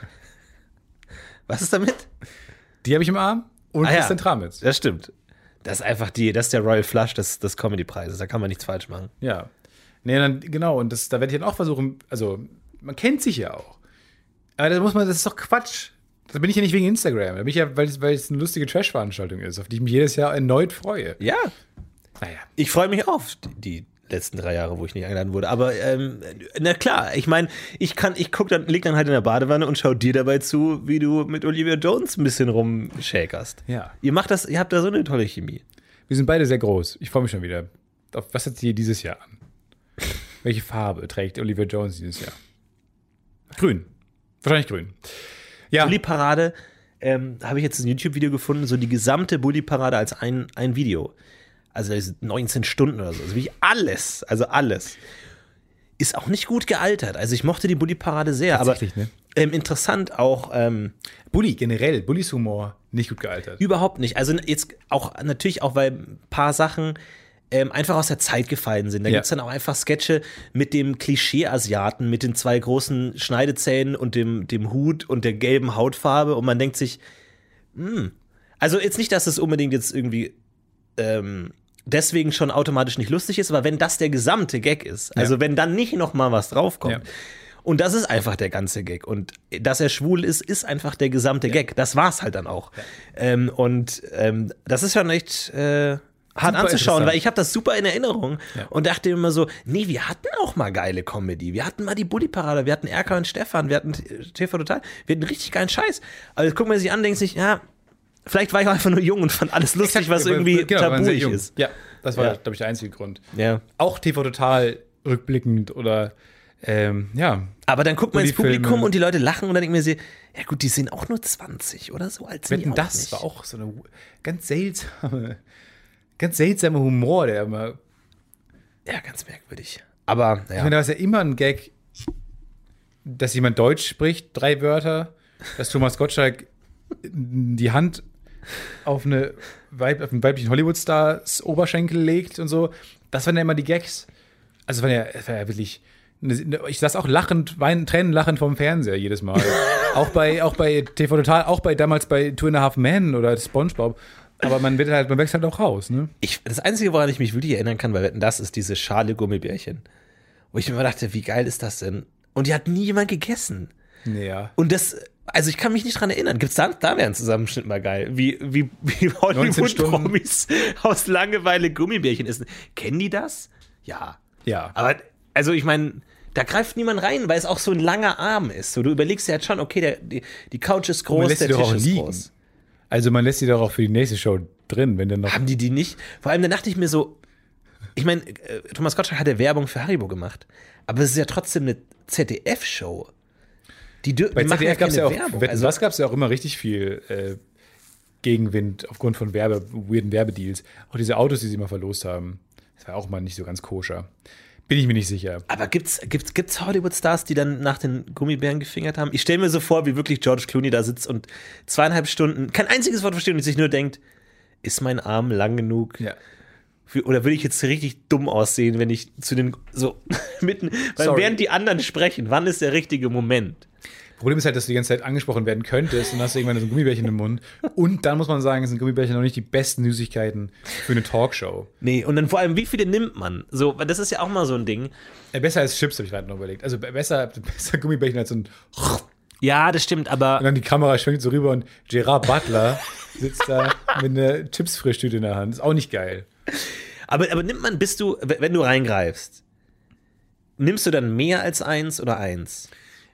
Was ist damit? Die habe ich im Arm. Und Ah, ja. Christian Tramitz. Das stimmt. Das ist einfach die, das ist der Royal Flush des, des Comedy-Preises. Da kann man nichts falsch machen. Ja. Nee, dann, genau. Und das, da werde ich dann auch versuchen, also, man kennt sich ja auch. Aber da muss man, das ist doch Quatsch. Da bin ich ja nicht wegen Instagram. Da bin ich ja, weil es, weil es eine lustige Trash-Veranstaltung ist, auf die ich mich jedes Jahr erneut freue. Ja. Naja. Ich freue mich auf die, die letzten drei Jahre, wo ich nicht eingeladen wurde. Aber ähm, na klar, ich meine, ich kann, ich guck dann, leg dann halt in der Badewanne und schau dir dabei zu, wie du mit Olivia Jones ein bisschen rumshakerst. Ja. Ihr macht das, ihr habt da so eine tolle Chemie. Wir sind beide sehr groß. Ich freue mich schon wieder. Auf, was hat sie dieses Jahr an? Welche Farbe trägt Olivia Jones dieses Jahr? Grün. Wahrscheinlich grün. Ja. Bully-Parade, ähm, habe ich jetzt ein YouTube-Video gefunden, so die gesamte Bully-Parade als ein, ein Video. Also das ist neunzehn Stunden oder so. Also wirklich alles, also alles. Ist auch nicht gut gealtert. Also ich mochte die Bully-Parade sehr, aber Tatsächlich, ne? ähm, interessant auch ähm, Bully, generell. Bullys Humor nicht gut gealtert. überhaupt nicht. Also jetzt auch natürlich auch, weil ein paar Sachen ähm, einfach aus der Zeit gefallen sind. Da Ja. gibt es dann auch einfach Sketche mit dem Klischee-Asiaten, mit den zwei großen Schneidezähnen und dem, dem Hut und der gelben Hautfarbe und man denkt sich, hm. Also jetzt nicht, dass es unbedingt jetzt irgendwie ähm, deswegen schon automatisch nicht lustig ist, aber wenn das der gesamte Gag ist, also Ja. wenn dann nicht noch mal was draufkommt, Ja. und das ist einfach der ganze Gag und dass er schwul ist, ist einfach der gesamte Gag, das war's halt dann auch. Ähm, und ähm, das ist schon echt äh, hart Super anzuschauen, interessant. weil ich habe das super in Erinnerung Ja. und dachte immer so, nee, wir hatten auch mal geile Comedy, wir hatten mal die Bulli-Parade, wir hatten Erkan und Stefan, wir hatten T V Total, wir hatten richtig geilen Scheiß. Aber jetzt guckt man sich an, denkt sich, ja, vielleicht war ich auch einfach nur jung und fand alles lustig, was irgendwie Genau, wir waren sehr tabuig jung. ist. Ja, das war, Ja. glaube ich, der einzige Grund. Ja. Auch T V Total rückblickend oder, ähm, ja. Aber dann guckt man Und ins die Filme. Publikum und die Leute lachen und dann denkt man sich, ja gut, die sind auch nur zwanzig oder so alt sind die Wetten, auch das nicht. war auch so eine ganz seltsame, ganz seltsame Humor, der immer. Ja, ganz merkwürdig. Aber, Ich ja. meine, da ist ja immer ein Gag, dass jemand Deutsch spricht, drei Wörter, dass Thomas Gottschalk die Hand auf, eine Weib, auf einen weiblichen Hollywood-Stars Oberschenkel legt und so. Das waren ja immer die Gags. Also, war ja, das war ja wirklich. eine- Ich saß auch lachend, weinen, Tränen lachend vorm Fernseher jedes Mal. auch, bei, auch bei T V Total, auch bei damals bei Two and a Half Men oder SpongeBob. Aber man wird halt, man wächst halt auch raus, ne? Ich, das Einzige, woran ich mich wirklich erinnern kann, weil Wetten, das ist diese Schale Gummibärchen. Wo ich mir immer dachte, wie geil ist das denn? Und die hat nie jemand gegessen. Ja. Und das, also ich kann mich nicht dran erinnern. Gibt's da, da wäre ein Zusammenschnitt mal geil. Wie, wie, wie neunzehn Stunden. Hollywood-Promis aus Langeweile Gummibärchen essen. Kennen die das? Ja. Ja. Aber, also ich meine, da greift niemand rein, weil es auch so ein langer Arm ist. So, du überlegst dir halt schon, okay, der, die, die Couch ist man groß, lässt der sie doch Tisch auch ist liegen. groß. Also man lässt sie doch auch für die nächste Show drin, wenn dann noch. Haben die die nicht? Vor allem, dann dachte ich mir so, ich meine, äh, Thomas Gottschalk hat ja Werbung für Haribo gemacht, aber es ist ja trotzdem eine Z D F-Show. Die, dür- Bei die machen Z D F gab es keine ja auch, Werbung. Wetten, Also, was gab es ja auch immer richtig viel äh, Gegenwind aufgrund von Werbe, weirden Werbedeals. Auch diese Autos, die sie immer verlost haben. Das war auch mal nicht so ganz koscher. Bin ich mir nicht sicher. aber gibt's, gibt's, gibt's Hollywood-Stars, die dann nach den Gummibären gefingert haben? Ich stelle mir so vor, wie wirklich George Clooney da sitzt und zweieinhalb Stunden kein einziges Wort versteht und sich nur denkt, ist mein Arm lang genug? Ja. Für, oder würde ich jetzt richtig dumm aussehen, wenn ich zu den so mitten, weil Sorry. während die anderen sprechen, wann ist der richtige Moment? Problem ist halt, dass du die ganze Zeit angesprochen werden könntest und dann hast du irgendwann so ein Gummibärchen im Mund. Und dann muss man sagen, sind Gummibärchen noch nicht die besten Süßigkeiten für eine Talkshow. Nee, und dann vor allem, wie viele nimmt man? So, weil das ist ja auch mal so ein Ding. Äh, besser als Chips, habe ich gerade noch überlegt. Also besser, besser Gummibärchen als so ein. Ja, das stimmt, aber Und dann die Kamera schwenkt so rüber und Gerard Butler sitzt da mit einer Chips-Frischtüte in der Hand. Ist auch nicht geil. Aber, aber nimmt man, bist du, wenn du reingreifst, nimmst du dann mehr als eins oder eins?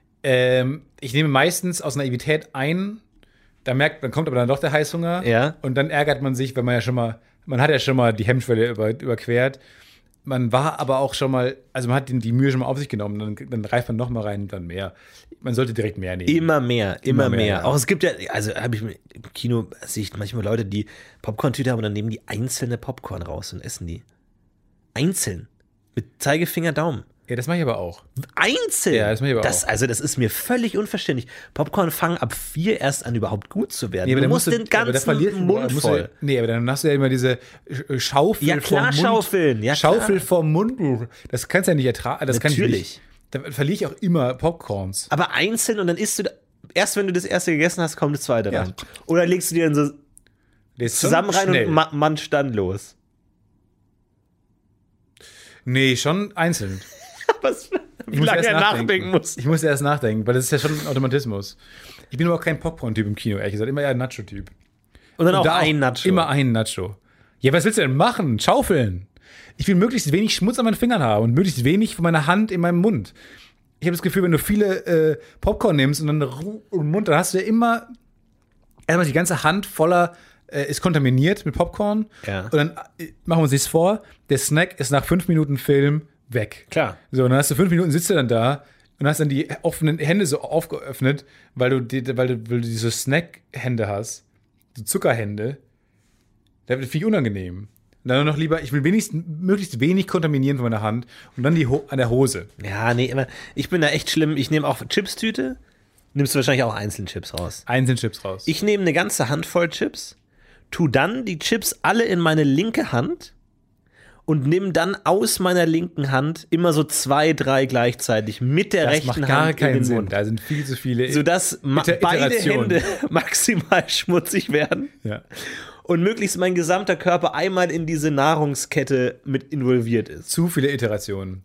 Ähm, ich nehme meistens aus Naivität ein, da merkt, dann kommt aber dann doch der Heißhunger. Ja. Und dann ärgert man sich, weil man ja schon mal, man hat ja schon mal die Hemmschwelle über, überquert. Man war aber auch schon mal, also man hat die, die Mühe schon mal auf sich genommen, dann, dann reift man noch mal rein und dann mehr. Man sollte direkt mehr nehmen. Immer mehr, immer, Immer mehr, mehr. ja. Auch es gibt ja, also habe ich mir- im Kino sehe ich manchmal Leute, die Popcorn-Tüte haben und dann nehmen die einzelne Popcorn raus und essen die. Einzeln. Mit Zeigefinger, Daumen. Ja, das mache ich aber auch. Einzeln? Ja, das mach ich aber das, auch. Also, das ist mir völlig unverständlich. Popcorn fangen ab vier erst an, überhaupt gut zu werden. Nee, aber du dann musst musst den du- aber da ganzen verliert- Mund musst du- voll. Nee, aber dann hast du ja immer diese Sch- Schaufel Ja, klar, vom Mund. schaufeln. Ja, Schaufel klar. vom Mund. Das kannst du ja nicht ertragen. Das kann ich Natürlich. nicht. Da verliere ich auch immer Popcorns. Aber einzeln und dann isst du, da, erst wenn du das erste gegessen hast, kommt das zweite Ja. rein. Oder legst du dir dann so Der ist zusammen schon rein schnell. und ma manch dann los. Nee, schon einzeln. Was, wie Ich muss lange erst er nachdenken muss. Ich muss erst nachdenken, weil das ist ja schon ein Automatismus. Ich bin aber auch kein Popcorn-Typ im Kino, ehrlich gesagt. Immer eher ein Nacho-Typ. Und dann Und auch da ein Nacho. Immer ein Nacho. Ja, was willst du denn machen? Schaufeln. Ich will möglichst wenig Schmutz an meinen Fingern haben und möglichst wenig von meiner Hand in meinem Mund. Ich habe das Gefühl, wenn du viele äh, Popcorn nimmst und dann Ruhe im Mund, dann hast du ja immer erstmal die ganze Hand voller äh, ist kontaminiert mit Popcorn. Ja. Und dann äh, machen wir uns nichts vor, der Snack ist nach fünf Minuten Film weg. Klar. So, und dann hast du fünf Minuten, sitzt du dann da und hast dann die offenen Hände so aufgeöffnet, weil du, die, weil du, weil du diese Snack-Hände hast, so Zuckerhände. Das finde ich unangenehm. Und dann noch lieber, ich will wenigstens möglichst wenig kontaminieren von meiner Hand und dann die Ho- an der Hose. Ja, nee, immer, ich bin da echt schlimm. Ich nehme auch Chips-Tüte. Nimmst du wahrscheinlich auch einzeln Chips raus. Einzeln Chips raus. Ich nehme eine ganze Handvoll Chips, tu dann die Chips alle in meine linke Hand und nimm dann aus meiner linken Hand immer so zwei, drei gleichzeitig mit der das rechten macht gar Hand in keinen den Sinn. Mund. Da sind viel zu viele. Sodass ma- Iter- beide Iterationen. Hände maximal schmutzig werden. Ja. und möglichst mein gesamter Körper einmal in diese Nahrungskette mit involviert ist. Zu viele Iterationen.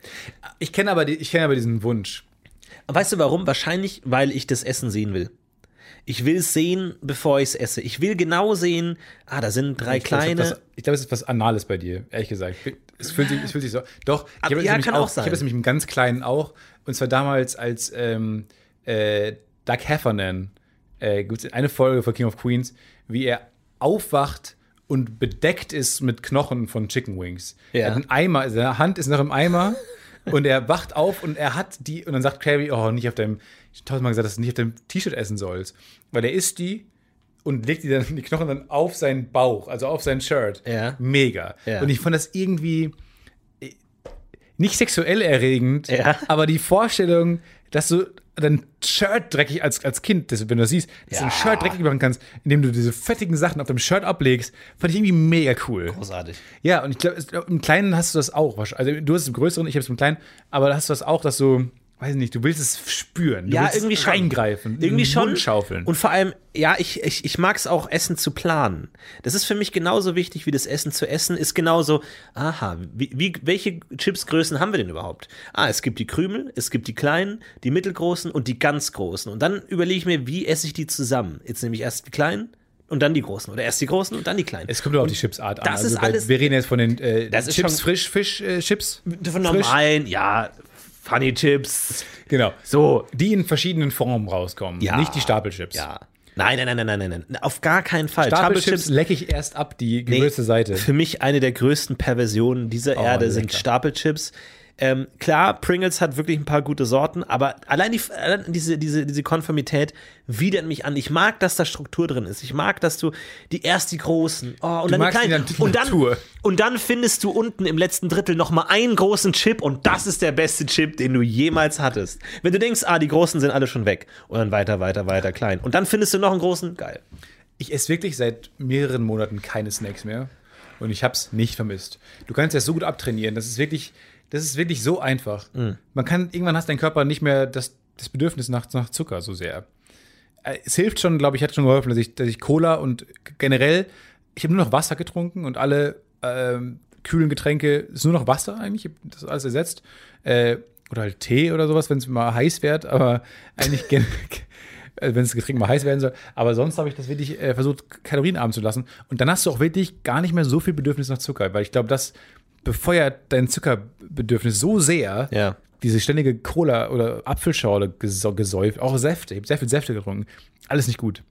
Ich kenne aber, die, ich kenn aber diesen Wunsch. Weißt du warum? Wahrscheinlich, weil ich das Essen sehen will. Ich will es sehen, bevor ich es esse. Ich will genau sehen, ah, da sind drei Ich glaub, kleine. es ist was- Ich glaube, es ist was Anales bei dir, ehrlich gesagt. Es fühlt sich, es fühlt sich so. Doch, ich Aber habe das ja, nämlich kann auch, auch sein. ich habe das nämlich im ganz Kleinen auch. Und zwar damals, als ähm, äh, Doug Heffernan, äh, gibt's eine Folge von King of Queens, wie er aufwacht und bedeckt ist mit Knochen von Chicken Wings. Ja. Er hat einen Eimer, seine Hand ist noch im Eimer und er wacht auf und er hat die, und dann sagt Carrie, oh, nicht auf deinem, ich habe tausendmal gesagt, dass du nicht auf deinem T-Shirt essen sollst. Weil er isst die und legt die, dann, die Knochen dann auf seinen Bauch, also auf sein Shirt. Ja. Mega. Ja. Und ich fand das irgendwie äh, nicht sexuell erregend, Ja. aber die Vorstellung, dass du dein Shirt dreckig als, als Kind, das, wenn du das siehst, dass du ein Ja. Shirt dreckig machen kannst, indem du diese fettigen Sachen auf deinem Shirt ablegst, fand ich irgendwie mega cool. Großartig. Ja, und ich glaube, im Kleinen hast du das auch. Also du hast es im Größeren, ich habe es im Kleinen, aber da hast du das auch, dass du, weiß nicht, du willst es spüren. Du Ja, willst irgendwie schon. reingreifen, Irgendwie in den schon. Mund schaufeln. Und vor allem, ja, ich, ich, ich mag es auch, Essen zu planen. Das ist für mich genauso wichtig, wie das Essen zu essen, ist genauso, aha, wie, wie, welche Chipsgrößen haben wir denn überhaupt? Ah, es gibt die Krümel, es gibt die kleinen, die mittelgroßen und die ganz großen. Und dann überlege ich mir, wie esse ich die zusammen? Jetzt nehme ich erst die kleinen und dann die großen. Oder erst die großen und dann die kleinen. Es kommt doch auf die Chipsart an. das ist bei- alles- Wir reden jetzt von den äh, Das ist Chips, schon- frisch, Fisch, äh, Chips. Von normalen, ja, Funny Chips. Genau. So. Die in verschiedenen Formen rauskommen. Ja. Nicht die Stapelchips. Ja. Nein, nein, nein, nein, nein, nein. Auf gar keinen Fall. Stapelchips lecke ich erst ab, die gewürzte Seite. Für mich eine der größten Perversionen dieser Erde sind lecker. Stapelchips. Ähm, klar, Pringles hat wirklich ein paar gute Sorten, aber allein, die, allein diese, diese, diese Konformität widert mich an. Ich mag, dass da Struktur drin ist. Ich mag, dass du die erst die großen, oh, und Du dann magst die kleinen. die Und dann, Natur. und dann findest du unten im letzten Drittel noch mal einen großen Chip und das ist der beste Chip, den du jemals hattest. Wenn du denkst, ah, die großen sind alle schon weg und dann weiter, weiter, weiter, klein. Und dann findest du noch einen großen, geil. Ich esse wirklich seit mehreren Monaten keine Snacks mehr. Und ich habe es nicht vermisst. Du kannst das so gut abtrainieren. Das ist wirklich, das ist wirklich so einfach. Man kann, irgendwann hast dein Körper nicht mehr das, das Bedürfnis nach, nach Zucker so sehr. Äh, Es hilft schon, glaube ich, hat schon geholfen, dass ich, dass ich Cola und generell, ich habe nur noch Wasser getrunken und alle ähm, kühlen Getränke, ist nur noch Wasser eigentlich, ich hab das alles ersetzt. Äh, oder halt Tee oder sowas, wenn es mal heiß wird, aber eigentlich gen- wenn das Getränk mal heiß werden soll. Aber sonst habe ich das wirklich äh, versucht, kalorienarm zu lassen. Und dann hast du auch wirklich gar nicht mehr so viel Bedürfnis nach Zucker, weil ich glaube, das befeuert dein Zuckerbedürfnis so sehr. Ja. Diese ständige Cola- oder Apfelschorle ges- gesäuft, auch Säfte. Ich habe sehr viel Säfte getrunken. Alles nicht gut.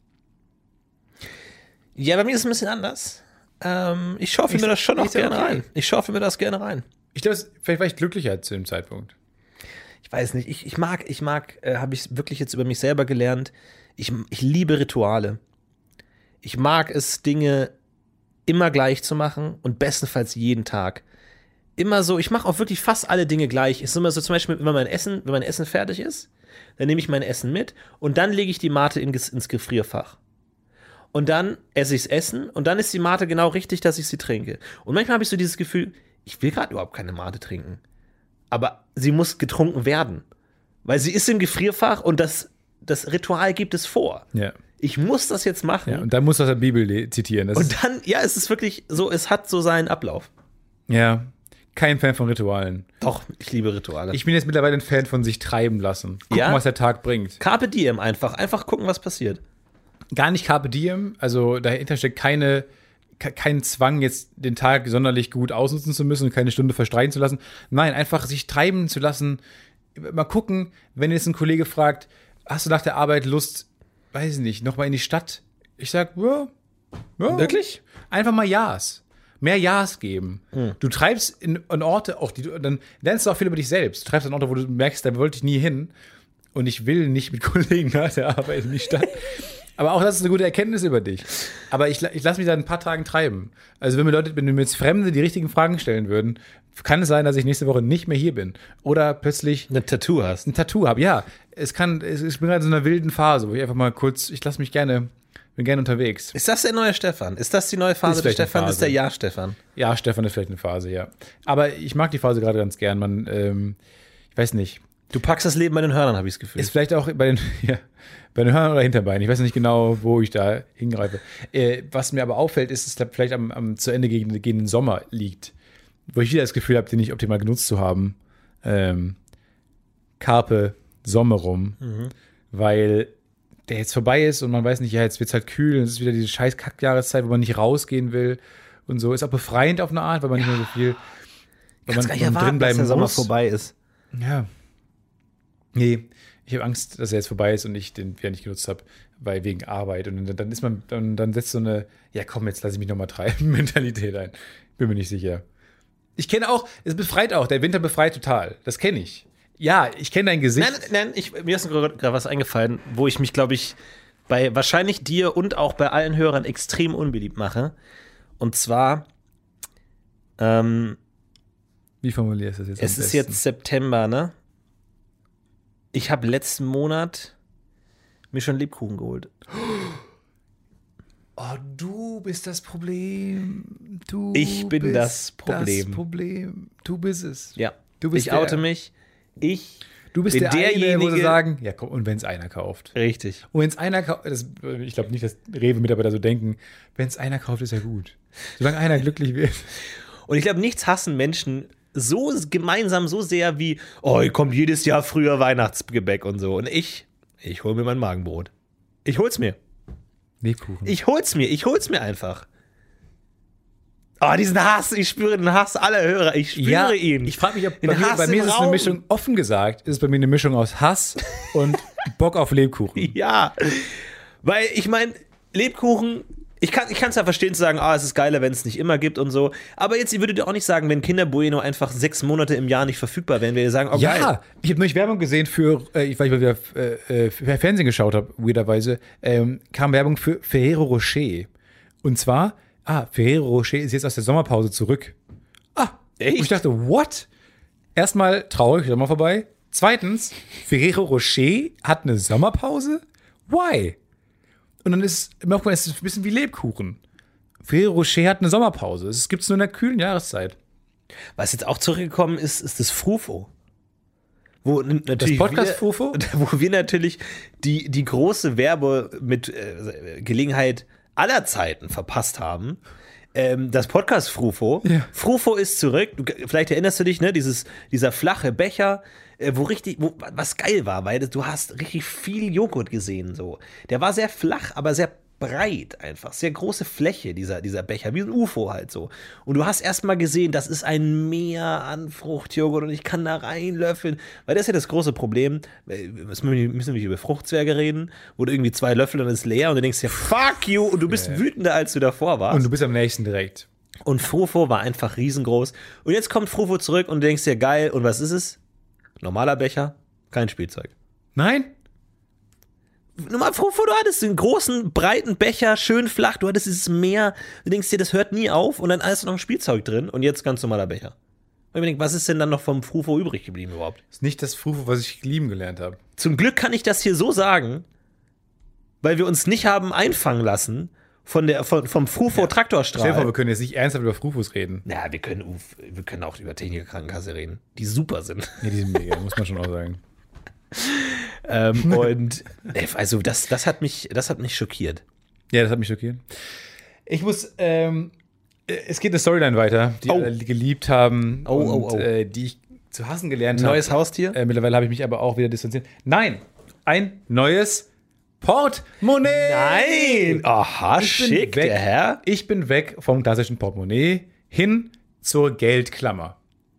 Ja, bei mir ist es ein bisschen anders. Ähm, ich schaufel Ich- mir das schon noch ist ja gerne okay. rein. Ich schaufel mir das gerne rein. Ich glaube, vielleicht war ich glücklicher zu dem Zeitpunkt. Ich weiß nicht, ich, ich mag, ich mag, äh, habe ich wirklich jetzt über mich selber gelernt, ich, ich liebe Rituale. Ich mag es, Dinge immer gleich zu machen und bestenfalls jeden Tag. Immer so, ich mache auch wirklich fast alle Dinge gleich. Es ist immer so, zum Beispiel, wenn mein Essen, wenn mein Essen fertig ist, dann nehme ich mein Essen mit und dann lege ich die Mate in, ins Gefrierfach. Und dann esse ich das Essen und dann ist die Mate genau richtig, dass ich sie trinke. Und manchmal habe ich so dieses Gefühl, ich will gerade überhaupt keine Mate trinken. Aber sie muss getrunken werden. Weil sie ist im Gefrierfach und das, das Ritual gibt es vor. Ja. Ich muss das jetzt machen. Ja, und dann musst du aus der Bibel le- zitieren. Das ist, und dann, ja, es ist wirklich so, es hat so seinen Ablauf. ja, kein Fan von Ritualen. Doch, ich liebe Rituale. Ich bin jetzt mittlerweile ein Fan von sich treiben lassen. Gucken, Ja? was der Tag bringt. Carpe diem einfach. Einfach gucken, was passiert. Gar nicht Carpe Diem, also dahinter steckt keine, ke- kein Zwang, jetzt den Tag sonderlich gut ausnutzen zu müssen und keine Stunde verstreichen zu lassen. Nein, einfach sich treiben zu lassen. Mal gucken, wenn jetzt ein Kollege fragt, hast du nach der Arbeit Lust, weiß ich nicht, nochmal in die Stadt? Ich sag, ja, ja. Wirklich? Einfach mal Ja's. Mehr Ja's geben. Du treibst in, in Orte, auch die, du- dann lernst du auch viel über dich selbst. Du treibst an Orte, wo du merkst, da wollte ich nie hin. Und ich will nicht mit Kollegen nach der Arbeit in die Stadt. Aber auch das ist eine gute Erkenntnis über dich. Aber ich, ich lasse mich da ein paar Tagen treiben. Also wenn mir Leute, wenn mir jetzt Fremde die richtigen Fragen stellen würden, kann es sein, dass ich nächste Woche nicht mehr hier bin. Oder plötzlich Eine Tattoo hast. ein Tattoo habe. Ja, es kann, es, ich bin gerade in so einer wilden Phase, wo ich einfach mal kurz, ich lasse mich gerne, bin gerne unterwegs. Ist das der neue Stefan? Ist das die neue Phase Ist des vielleicht eine Stefan? Das ist der Phase. Ja-Stefan. Ja, Stefan ist vielleicht eine Phase, ja. Aber ich mag die Phase gerade ganz gern. Man, ähm, ich weiß nicht. Du packst das Leben bei den Hörnern, habe ich das Gefühl. Ist vielleicht auch bei den, ja, bei den Hörnern oder Hinterbeinen. Ich weiß nicht genau, wo ich da hingreife. Äh, was mir aber auffällt, ist, dass es vielleicht am, am zu Ende gehenden Sommer liegt. Wo ich wieder das Gefühl habe, den nicht optimal genutzt zu haben. Ähm, Carpe Sommerum. Mhm. Weil der jetzt vorbei ist und man weiß nicht, ja, jetzt wird es halt kühl und es ist wieder diese scheiß Kackjahreszeit, wo man nicht rausgehen will und so. Ist auch befreiend auf eine Art, weil man nicht mehr so viel weil man, gar nicht erwarten, drin bleiben dass der Sommer muss. vorbei ist. Ja. Nee, ich habe Angst, dass er jetzt vorbei ist und ich den wieder nicht genutzt habe, weil wegen Arbeit. Und dann, dann ist man, dann, dann setzt so eine, ja komm, jetzt lasse ich mich nochmal treiben, Mentalität ein. Bin mir nicht sicher. Ich kenne auch, es befreit auch, der Winter befreit total. Das kenne ich. Ja, ich kenne dein Gesicht. Nein, nein, ich, mir ist gerade was eingefallen, wo ich mich, glaube ich, bei wahrscheinlich dir und auch bei allen Hörern extrem unbeliebt mache. Und zwar, ähm, wie formulierst du das jetzt? Es ist jetzt September, ne? Ich habe letzten Monat mir schon Lebkuchen geholt. Oh, du bist das Problem. Du ich bin bist das Problem. Das Problem. Du bist es. Ja. Du bist ich der, oute mich. Ich Du bist bin der derjenige, derjenige, wo sie sagen, ja komm, und wenn es einer kauft. Richtig. Und wenn es einer kauft, das, ich glaube nicht, dass Rewe-Mitarbeiter so denken, wenn es einer kauft, ist ja gut. Solange einer glücklich wird. Und ich glaube, nichts hassen Menschen so gemeinsam so sehr wie, oh, hier kommt jedes Jahr früher Weihnachtsgebäck und so. Und ich, ich hole mir mein Magenbrot. Ich hol's mir. Lebkuchen. Ich hol's mir, ich hol's mir einfach. Oh, diesen Hass, ich spüre den Hass aller Hörer, ich spüre ja, ihn. Ich frage mich, ob Den bei mir, Hass bei mir im ist es Raum. eine Mischung, offen gesagt, ist es bei mir eine Mischung aus Hass und Bock auf Lebkuchen. Ja, weil ich meine, Lebkuchen, ich kann ich es ja verstehen zu sagen, ah, es ist geiler, wenn es nicht immer gibt und so, aber jetzt, ihr würdet ja auch nicht sagen, wenn Kinder Bueno einfach sechs Monate im Jahr nicht verfügbar wären, wir sagen, oh Ja, geil. ich habe neulich Werbung gesehen für, äh, weil ich mal wieder äh, für Fernsehen geschaut habe, weirderweise, ähm, kam Werbung für Ferrero Rocher. Und zwar, ah, Ferrero Rocher ist jetzt aus der Sommerpause zurück. Ah, Echt? Und ich dachte, what? Erstmal traurig, Sommer vorbei. Zweitens, Ferrero Rocher hat eine Sommerpause? Why? Und dann ist mir aufgefallen, es ist ein bisschen wie Lebkuchen. Ferrero Rocher hat eine Sommerpause. Es gibt es nur in der kühlen Jahreszeit. Was jetzt auch zurückgekommen ist, ist das Frufo. Wo natürlich Das Podcast wir, Frufo? Wo wir natürlich die, die große Werbe mit äh, Gelegenheit aller Zeiten verpasst haben. Ähm, das Podcast Frufo. Ja. Frufo ist zurück. Du, vielleicht erinnerst du dich, ne? Dieses, dieser flache Becher, äh, wo richtig, wo, was geil war, weil du hast richtig viel Joghurt gesehen. So. Der war sehr flach, aber sehr breit einfach. Sehr große Fläche, dieser, dieser Becher, wie ein U F O halt so. Und du hast erstmal gesehen, das ist ein Meer an Fruchtjoghurt und ich kann da reinlöffeln. Weil das ist ja das große Problem. Müssen wir nicht über Fruchtzwerge reden, wo du irgendwie zwei Löffel und dann ist leer und du denkst ja, fuck you, und du bist ja. wütender, als du davor warst. Und du bist am nächsten direkt. Und Frufo war einfach riesengroß. Und jetzt kommt Frufo zurück und du denkst dir, geil, und was ist es? Normaler Becher, kein Spielzeug. Nein? Normal, Frufo, du hattest den großen, breiten Becher, schön flach, du hattest dieses Meer, du denkst dir, das hört nie auf und dann ist noch ein Spielzeug drin und jetzt ganz normaler Becher. Und ich mir denke, was ist denn dann noch vom Frufo übrig geblieben überhaupt? Das ist nicht das Frufo, was ich lieben gelernt habe. Zum Glück kann ich das hier so sagen, weil wir uns nicht haben einfangen lassen von der, von, vom Frufo-Traktorstrahl. Stell dir vor, wir können jetzt nicht ernsthaft über Frufos reden. Ja, wir können, wir können auch über Techniker Krankenkasse reden, die super sind. Ja, die sind mega, muss man schon auch sagen. ähm, und also das, das hat mich, das hat mich schockiert. Ja, das hat mich schockiert. Ich muss, ähm, es geht eine Storyline weiter, die Oh. alle geliebt haben Oh, und oh, oh. Äh, die ich zu hassen gelernt habe. Neues Haustier? Äh, mittlerweile habe ich mich aber auch wieder distanziert. Nein, ein neues Portemonnaie. Nein! Aha, Ich bin schick, weg. der Herr. Ich bin weg vom klassischen Portemonnaie hin zur Geldklammer.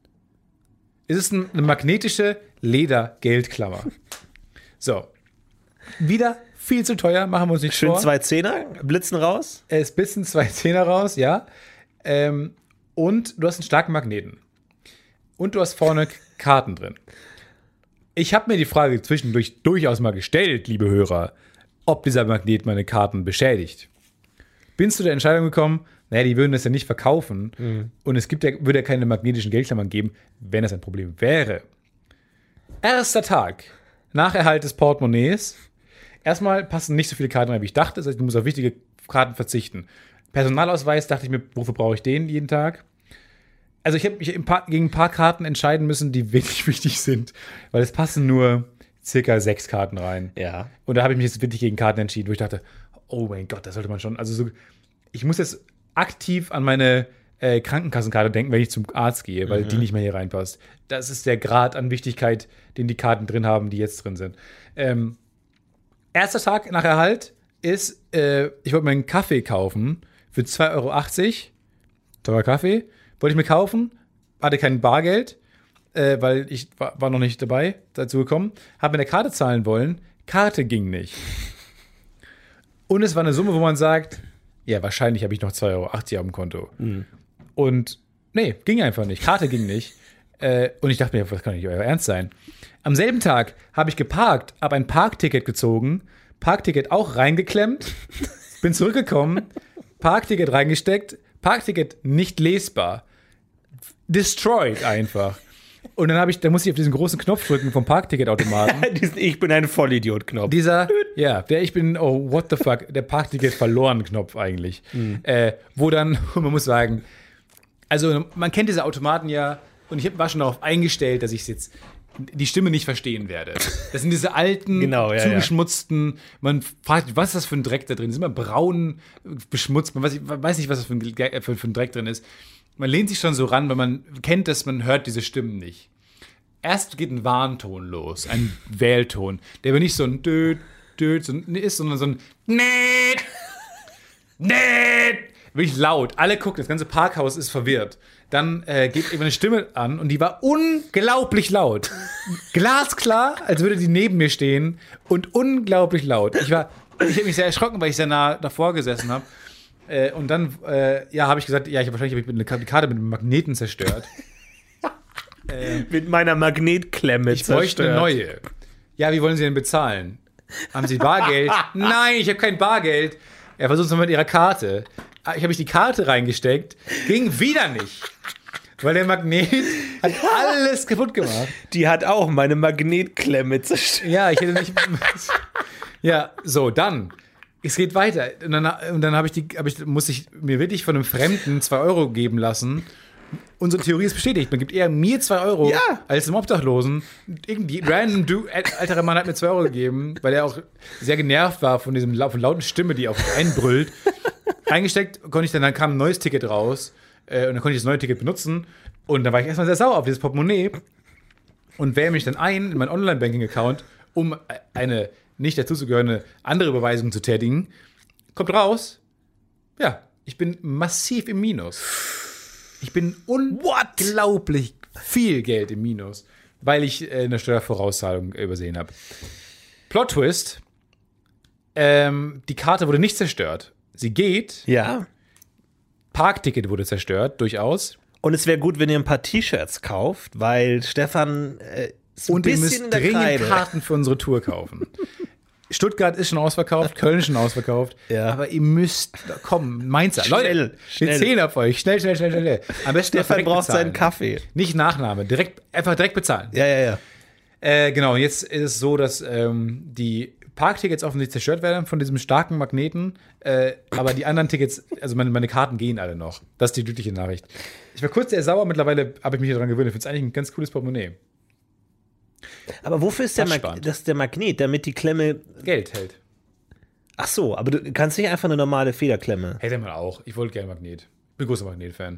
Es ist ein- eine magnetische Ledergeldklammer. So. Wieder viel zu teuer, machen wir uns nicht Schön vor. zwei Zehner, blitzen raus. Es blitzen zwei Zehner raus, ja. Ähm, und du hast einen starken Magneten. Und du hast vorne Karten drin. Ich habe mir die Frage zwischendurch durchaus mal gestellt, liebe Hörer, ob dieser Magnet meine Karten beschädigt. Bin zu der Entscheidung gekommen, naja, die würden das ja nicht verkaufen. Mhm. Und es gibt ja, würde ja keine magnetischen Geldklammern geben, wenn das ein Problem wäre. Erster Tag nach Erhalt des Portemonnaies. Erstmal passen nicht so viele Karten rein, wie ich dachte. Das heißt, ich muss auf wichtige Karten verzichten. Personalausweis, dachte ich mir, wofür brauche ich den jeden Tag? also ich habe mich ein paar, gegen ein paar Karten entscheiden müssen, die wirklich wichtig sind, weil es passen nur circa sechs Karten rein. Ja. Und da habe ich mich jetzt wirklich gegen Karten entschieden, wo ich dachte, oh mein Gott, das sollte man schon, also so, ich muss jetzt aktiv an meine äh, Krankenkassenkarte denken, wenn ich zum Arzt gehe, weil mhm. die nicht mehr hier reinpasst. Das ist der Grad an Wichtigkeit, den die Karten drin haben, die jetzt drin sind. Ähm, erster Tag nach Erhalt ist, äh, ich wollte mir einen Kaffee kaufen für zwei Euro achtzig. Teurer Kaffee. Wollte ich mir kaufen, hatte kein Bargeld, äh, weil ich war, war noch nicht dabei, dazu gekommen. Habe mit der Karte zahlen wollen. Karte ging nicht. Und es war eine Summe, wo man sagt, ja, wahrscheinlich habe ich noch zwei Euro achtzig auf dem Konto. Mhm. Und nee, ging einfach nicht. Karte ging nicht. Äh, und ich dachte mir, das kann nicht euer Ernst sein. Am selben Tag habe ich geparkt, habe ein Parkticket gezogen, Parkticket auch reingeklemmt, bin zurückgekommen, Parkticket reingesteckt, Parkticket nicht lesbar. Destroyed einfach. Und dann habe ich, dann musste ich auf diesen großen Knopf drücken vom Parkticketautomaten. Diesen Ich bin ein Vollidiot-Knopf. Dieser, ja, der Ich bin, oh, what the fuck, der Parkticket-Verloren-Knopf eigentlich. Mhm. Äh, wo dann, man muss sagen, also man kennt diese Automaten ja, und ich war schon darauf eingestellt, dass ich jetzt die Stimme nicht verstehen werde. Das sind diese alten, genau, ja, zugeschmutzten, ja. Man fragt, was ist das für ein Dreck da drin? Das ist immer braun, beschmutzt, man weiß, weiß nicht, was das für ein, für, für ein Dreck drin ist. Man lehnt sich schon so ran, weil man kennt das, man hört diese Stimmen nicht. Erst geht ein Warnton los, ein Wählton, der aber nicht so ein Död, Död so ist, sondern so ein Net, Net. Wirklich laut. Alle gucken, das ganze Parkhaus ist verwirrt. Dann äh, geht eben eine Stimme an und die war unglaublich laut. Glasklar, als würde die neben mir stehen und unglaublich laut. Ich war, ich habe mich sehr erschrocken, weil ich sehr nah davor gesessen habe. Äh, und dann, äh, ja, habe ich gesagt, ja, ich habe wahrscheinlich hab ich eine Karte mit einem Magneten zerstört. äh, mit meiner Magnetklemme ich zerstört. Ich bräuchte eine neue. Ja, wie wollen Sie denn bezahlen? Haben Sie Bargeld? Nein, ich habe kein Bargeld. Er versucht es mal mit Ihrer Karte. Ich habe ich die Karte reingesteckt, ging wieder nicht. Weil der Magnet hat alles kaputt gemacht. Die hat auch meine Magnetklemme zerstört. Ja, ich hätte nicht. Ja, so, dann. Es geht weiter. Und dann, und dann habe ich die, hab ich, muss ich mir wirklich von einem Fremden zwei Euro geben lassen. Unsere Theorie ist bestätigt. Man gibt eher mir zwei Euro ja. als einem Obdachlosen. Irgendwie random du, älterer Mann hat mir zwei Euro gegeben, weil er auch sehr genervt war von diesem von lauten Stimme, die auf ihn einbrüllt. Eingesteckt konnte ich dann, dann kam ein neues Ticket raus äh, und dann konnte ich das neue Ticket benutzen und dann war ich erstmal sehr sauer auf dieses Portemonnaie und wähle mich dann ein in meinen Online-Banking-Account, um eine nicht dazuzugehörende andere Überweisung zu tätigen. Kommt raus, ja, ich bin massiv im Minus. Ich bin unglaublich What? viel Geld im Minus, weil ich äh, eine Steuervorauszahlung übersehen habe. Plot-Twist, ähm, die Karte wurde nicht zerstört. Sie geht. Ja. Parkticket wurde zerstört, durchaus. Und es wäre gut, wenn ihr ein paar T-Shirts kauft, weil Stefan äh, ist ein Und bisschen ihr müsst in der dringend Kreide. Karten für unsere Tour kaufen. Stuttgart ist schon ausverkauft, Köln ist schon ausverkauft. Ja. Aber ihr müsst, komm, Mainz. Schnell, Leute, schnell. wir zählen auf euch. Schnell, schnell, schnell, schnell. Am besten Stefan direkt braucht bezahlen. seinen Kaffee. Nicht Nachname, direkt, einfach direkt bezahlen. Ja, ja, ja. Äh, genau, jetzt ist es so, dass ähm, die Parktickets offensichtlich zerstört werden von diesem starken Magneten, äh, aber die anderen Tickets, also meine, meine Karten gehen alle noch. Das ist die glückliche Nachricht. Ich war kurz sehr sauer, mittlerweile habe ich mich daran gewöhnt. Ich finde es eigentlich ein ganz cooles Portemonnaie. Aber wofür ist der, Mag- das ist der Magnet, damit die Klemme Geld hält. Ach so, aber du kannst nicht einfach eine normale Federklemme. Hätte man auch. Ich wollte gerne Magnet. Bin großer Magnet-Fan.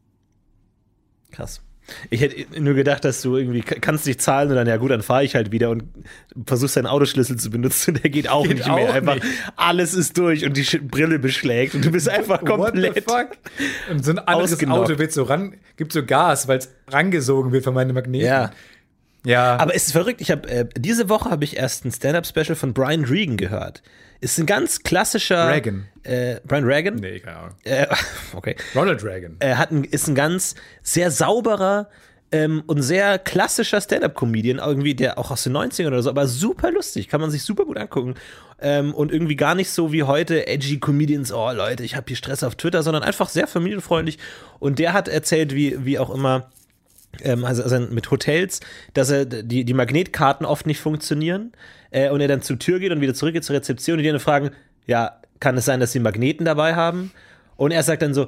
Krass. Ich hätte nur gedacht, dass du irgendwie kannst nicht zahlen und dann, ja gut, dann fahre ich halt wieder und versuchst deinen Autoschlüssel zu benutzen und der geht auch Geht nicht auch mehr. Einfach nicht. Alles ist durch und die Sch- Brille beschlägt und du bist einfach komplett What the fuck? Und so ein anderes ausgenockt. Auto wird so ran, gibt so Gas, weil es rangesogen wird von meinen Magneten. Ja. Ja. Aber es ist verrückt. Ich habe äh, diese Woche habe ich erst ein Stand-up-Special von Brian Regan gehört. Ist ein ganz klassischer Reagan. Äh, Brian Regan? Nee, keine Ahnung. Äh, okay. Ronald Reagan. Er hat ein, ist ein ganz sehr sauberer ähm, und sehr klassischer Stand-up-Comedian, irgendwie, der auch aus den neunzigern oder so, aber super lustig, kann man sich super gut angucken. Ähm, und irgendwie gar nicht so wie heute edgy Comedians, oh Leute, ich habe hier Stress auf Twitter, sondern einfach sehr familienfreundlich. Und der hat erzählt, wie, wie auch immer, ähm, also, also mit Hotels, dass er die, die Magnetkarten oft nicht funktionieren äh, und er dann zur Tür geht und wieder zurückgeht zur Rezeption und die dann fragen, ja, kann es sein, dass sie Magneten dabei haben? Und er sagt dann so,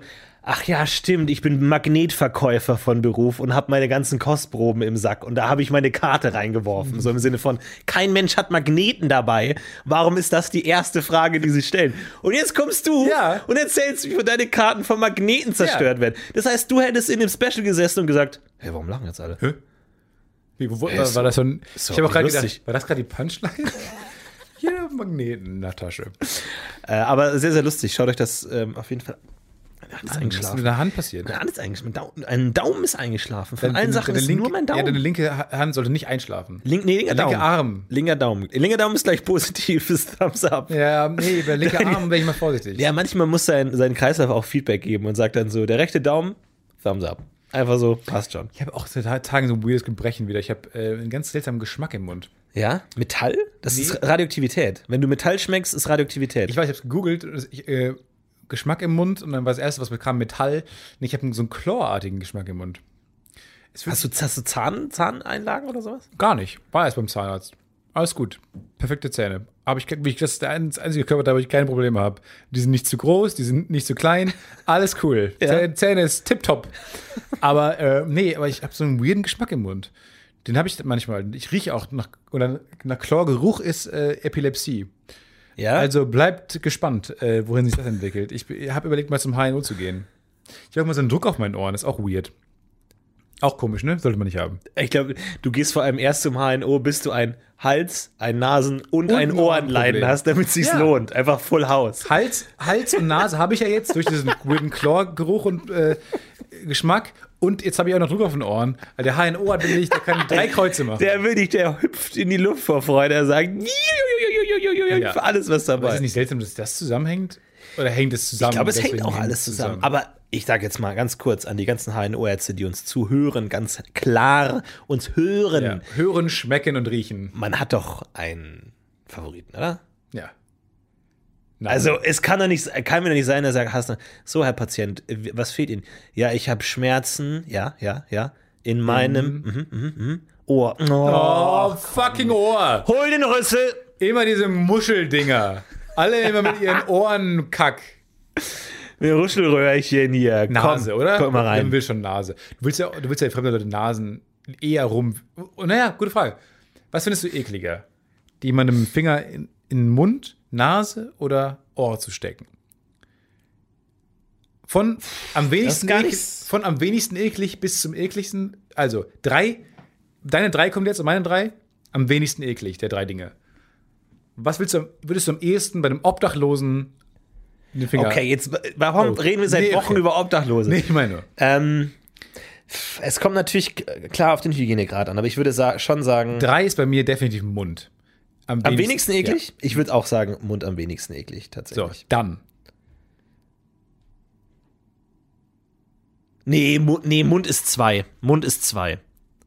Ach ja, stimmt, ich bin Magnetverkäufer von Beruf und habe meine ganzen Kostproben im Sack und da habe ich meine Karte reingeworfen, so im Sinne von, kein Mensch hat Magneten dabei, warum ist das die erste Frage, die sie stellen? Und jetzt kommst du Ja. und erzählst, wie deine Karten von Magneten zerstört Ja. werden. Das heißt, du hättest in dem Special gesessen und gesagt, hey, warum lachen jetzt alle? Wie, wo, Ey, war, ist war das so ein. ist Ich doch habe auch gerade lustig. gedacht, war das gerade die Punchline? Hier Magneten in der Tasche. Äh, aber sehr, sehr lustig, schaut euch das ähm, auf jeden Fall an. Meine Hand ist Was ist eingeschlafen. mit der Hand passiert? Meine Hand ist eingeschlafen. Mein Daumen, ein Daumen ist eingeschlafen. Von Deine- allen Sachen deine ist linke- nur mein Daumen. Ja, deine linke Ha- Hand sollte nicht einschlafen. Link, nee, linker Der linke Daumen. Arm. Linker Daumen. Linker Daumen ist gleich positives Thumbs up. Ja, nee, der linke Arm wäre ich mal vorsichtig. Ja, manchmal muss sein, sein Kreislauf auch Feedback geben und sagt dann so, der rechte Daumen, Thumbs up. Einfach so, passt schon. Ich habe auch seit Tagen so ein weirdes Gebrechen wieder. Ich habe äh, einen ganz seltsamen Geschmack im Mund. Ja? Metall? Das Nee. ist Radioaktivität. Wenn du Metall schmeckst, ist Radioaktivität. Ich weiß, ich habe es gegoogelt. und es- Ich, äh, Geschmack im Mund und dann war das erste, was bekam, Metall. Und ich habe so einen chlorartigen Geschmack im Mund. Es wird hast du, hast du Zahn, Zahneinlagen oder sowas? gar nicht. War erst beim Zahnarzt. Alles gut. Perfekte Zähne. Aber ich, wie ich das ist der ein- das einzige Körperteil, wo ich keine Probleme habe. Die sind nicht zu groß, die sind nicht zu klein. Alles cool. Ja. Zähne, Zähne ist tipptopp. Aber äh, nee, aber ich habe so einen weirden Geschmack im Mund. Den habe ich manchmal. Ich rieche auch nach, oder nach Chlorgeruch ist äh, Epilepsie. Ja. Also bleibt gespannt, äh, wohin sich das entwickelt. Ich habe überlegt, mal zum H N O zu gehen. Ich habe mal so einen Druck auf meinen Ohren, ist auch weird. Auch komisch, ne? Sollte man nicht haben. ich glaube, du gehst vor allem erst zum H N O, bis du ein Hals, ein Nasen- und, Und ein ein Ohrenleiden Ohrenproblem. hast, damit es sich Ja. lohnt. Einfach Full House. Hals, Hals und Nase habe ich ja jetzt durch diesen weirden Chlorgeruch und äh, Geschmack. Und jetzt habe ich auch noch Druck auf den Ohren. Weil der H N O hat wirklich, der kann drei Kreuze machen. Der will nicht, der hüpft in die Luft vor Freude. Er sagt, Ja. für alles, was Aber ist dabei es ist. nicht seltsam, dass das zusammenhängt? Oder hängt es zusammen? Ich glaube, es hängt Deswegen auch hängt alles es zusammen. Aber ich sage jetzt mal ganz kurz an die ganzen H N O-Ärzte, die uns zuhören, ganz klar uns hören. ja. Hören, schmecken und riechen. Man hat doch einen Favoriten, oder? Ja. Nein. Also es kann doch nicht, kann mir doch nicht sein, dass er sagt, hast du, so Herr Patient, was fehlt Ihnen? Ja, ich habe Schmerzen, ja, ja, ja, in meinem mhm, mhm, mhm, Ohr. Oh. Oh, fucking Ohr. Hol den Rüssel. Immer diese Muscheldinger. Alle immer mit ihren Ohren kack. Mit Rüschelröhrchen hier. Nase, komm, oder? Guck mal Du rein. willst schon Nase. Du willst ja, du willst ja fremde Leute Nasen eher rum. Oh, naja, gute Frage. Was findest du ekliger? Die jemandem Finger in, in den Mund, Nase oder Ohr zu stecken? Von am wenigsten, gar eklig, nicht- von am wenigsten eklig bis zum ekligsten. Also drei. Deine drei kommen jetzt und meine drei. Am wenigsten eklig, der drei Dinge. Was willst du, würdest du am ehesten bei einem Obdachlosen den Finger. Okay, jetzt, warum Oh. reden wir seit Nee, Wochen okay. über Obdachlose? Nee, ich meine nur. Ähm, es kommt natürlich klar auf den Hygienegrad an, aber ich würde sa- schon sagen, Drei ist bei mir definitiv Mund. am wenigsten eklig? Ja. Ich würde auch sagen, Mund am wenigsten eklig, So, tatsächlich. dann. Nee, Mu nee, Mund ist zwei. Mund ist zwei.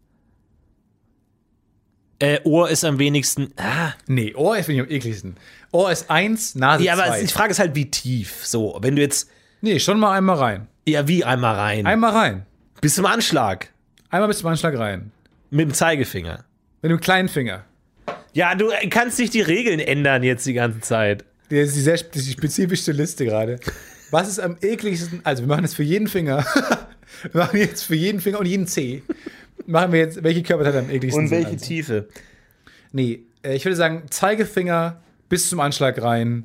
Äh, Ohr ist am wenigsten. Ah. Nee, Ohr ist finde ich am ekligsten. Ohr ist eins, Nase Ja, aber zwei. die Frage ist halt, wie tief. So, wenn du jetzt. Nee, schon mal einmal rein. Ja, wie einmal rein? Einmal rein. Bis zum Anschlag. Einmal bis zum Anschlag rein. Mit dem Zeigefinger. Mit dem kleinen Finger. Ja, du kannst nicht die Regeln ändern jetzt die ganze Zeit. Das ist die sehr das ist die spezifischste Liste gerade. Was ist am ekligsten? Also, wir machen das für jeden Finger. Wir machen jetzt für jeden Finger und jeden Zeh. Machen wir jetzt, welche Körperteile am ekligsten Und sind. welche also. Tiefe? Nee, äh, ich würde sagen, Zeigefinger bis zum Anschlag rein.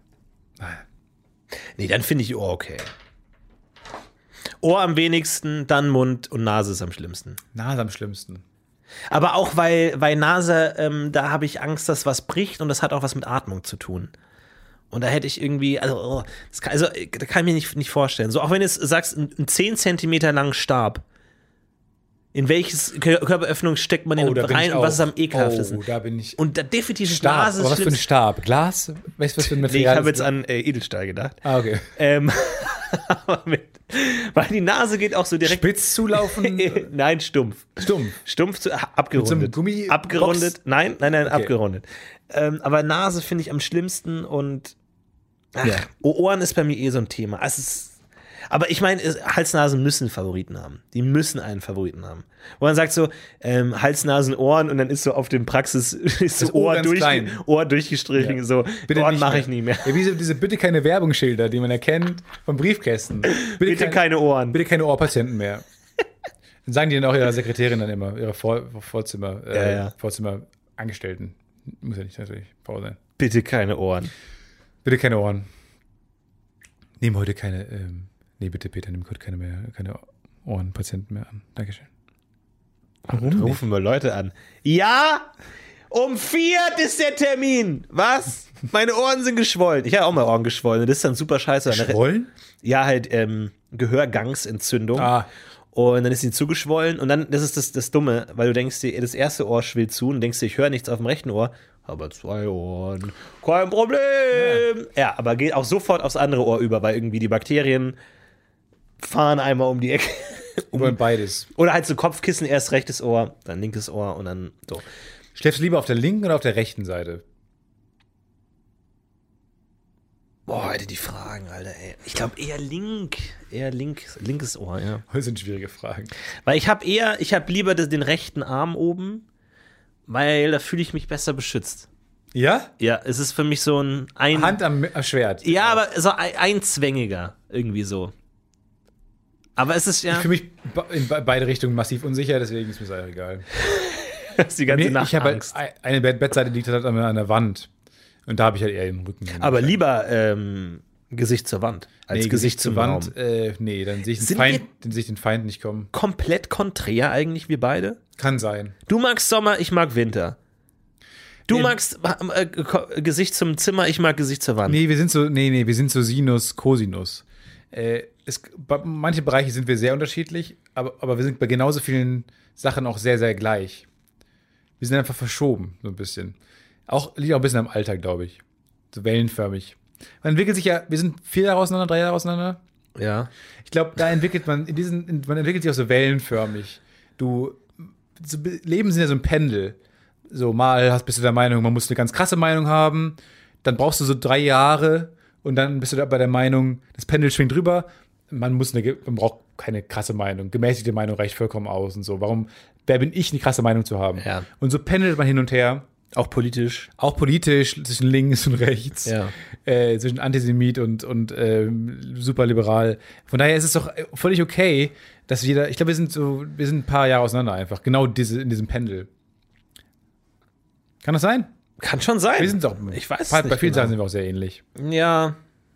Nee, dann finde ich Ohr okay. Ohr am wenigsten, dann Mund und Nase ist am schlimmsten. Nase am schlimmsten. Aber auch weil, weil Nase, ähm, da habe ich Angst, dass was bricht und das hat auch was mit Atmung zu tun. Und da hätte ich irgendwie, also, oh, das kann, also äh, da kann ich mir nicht, nicht vorstellen. So, auch wenn du sagst, einen zehn Zentimeter langen Stab, in welches Kör- Körperöffnung steckt man den da bin rein ich und was ist auch- am ekelhaftesten? Oh, da bin ich. Und da definitiv Stab. Nase Aber ist was für ein schlimmst. Stab? Glas? Weißt du, was für ein Nee, ich Material habe ist? jetzt an äh, Edelstahl gedacht. Ah, okay. Ähm, aber mit, weil die Nase geht auch so direkt. Spitz zulaufen? Nein, stumpf. Stumpf. Stumpf zu, abgerundet. Mit so einem Gummi- abgerundet. Box? Nein, nein, nein, Okay. abgerundet. Ähm, aber Nase finde ich am schlimmsten und ach, Ja. Ohren ist bei mir eh so ein Thema. Es ist, Aber ich meine, es- Hals-Nasen müssen einen Favoriten haben. Die müssen einen Favoriten haben. Wo man sagt so, ähm, Hals, Nasen, Ohren und dann ist so auf dem Praxis ist so Das Ohr Ohr, ganz durch, klein. Ohr durchgestrichen. Ja. So, Bitte Ohren nicht mache mehr. ich nie mehr. Ja, wie so diese bitte keine Werbungsschilder, die man erkennt von Briefkästen. Bitte, Bitte kein- keine Ohren. Bitte keine Ohrpatienten mehr. Dann sagen die dann auch ihrer Sekretärin dann immer, ihrer Vor Vorzimmer, äh, Ja, ja. Vorzimmerangestellten. Muss ja nicht natürlich Frau sein. Bitte keine Ohren. Bitte keine Ohren. Nehmen heute keine, ähm, nee, bitte Peter, nimm heute keine mehr, keine Ohrenpatienten mehr an. Dankeschön. Warum rufen wir Leute an? Ja, um vier ist der Termin. Was? Meine Ohren sind geschwollen. Ich habe auch mal Ohren geschwollen. Das ist dann super scheiße. Schwollen? Ja, halt ähm, Gehörgangsentzündung. Ah. Und dann ist sie zugeschwollen. Und dann, das ist das, das Dumme, weil du denkst dir, das erste Ohr schwillt zu und denkst dir, ich höre nichts auf dem rechten Ohr. Aber zwei Ohren, kein Problem. Ja. ja, aber geht auch sofort aufs andere Ohr über, weil irgendwie die Bakterien fahren einmal um die Ecke. Wir wollen beides. Oder halt so Kopfkissen, erst rechtes Ohr, dann linkes Ohr und dann so. Schläfst du lieber auf der linken oder auf der rechten Seite? Boah, Alter, die Fragen, Alter, ey. Ich glaube eher link, eher link, linkes Ohr, ja. Das sind schwierige Fragen. Weil ich habe eher, ich habe lieber das, den rechten Arm oben, weil da fühle ich mich besser beschützt. Ja? Ja, es ist für mich so ein, ein Hand am, am Schwert. ja, aber so ein, einzwängiger, irgendwie so. Aber es ist ja, Ich fühle mich be- in be- beide Richtungen massiv unsicher, deswegen ist mir das egal. das ist die ganze Nee, Nacht ich habe halt, Angst. ein- eine Bett Bettseite liegt halt an an der Wand. Und da habe ich halt eher den Rücken. Aber lieber ähm, Gesicht zur Wand als nee, Gesicht zum Wand. Wand. Äh, nee, dann sehe ich, den Sind Feind, dann sehe ich den Feind nicht kommen. Komplett konträr eigentlich, wir beide. Kann sein. Du magst Sommer, ich mag Winter. Du Nee. magst äh, Ko- Gesicht zum Zimmer, ich mag Gesicht zur Wand. Nee, wir sind so, nee, nee, wir sind so Sinus, Cosinus. Äh, es, bei manche Bereiche sind wir sehr unterschiedlich, aber, aber wir sind bei genauso vielen Sachen auch sehr, sehr gleich. Wir sind einfach verschoben, so ein bisschen. Auch, liegt auch ein bisschen am Alter, glaube ich. So wellenförmig. Man entwickelt sich ja, wir sind vier Jahre auseinander, drei Jahre auseinander. Ja. Ich glaube, da entwickelt man, in diesen, in, man entwickelt sich auch so wellenförmig. Du, so, Leben sind ja so ein Pendel. So, mal hast, bist du der Meinung, man muss eine ganz krasse Meinung haben, dann brauchst du so drei Jahre und dann bist du da bei der Meinung, das Pendel schwingt drüber, man muss eine, man braucht keine krasse Meinung, gemäßigte Meinung reicht vollkommen aus und so. Warum, wer bin ich, eine krasse Meinung zu haben? Ja. Und so pendelt man hin und her. Auch politisch. Auch politisch, zwischen links und rechts, Ja. äh, zwischen Antisemit und, und ähm, superliberal. Von daher ist es doch völlig okay, dass jeder, ich glaube, wir sind so, wir sind ein paar Jahre auseinander einfach, genau diese, in diesem Pendel. Kann das sein? Kann schon sein. Wir sind doch, Ich weiß es bei, nicht bei vielen genau. Sachen sind wir auch sehr ähnlich. Ja.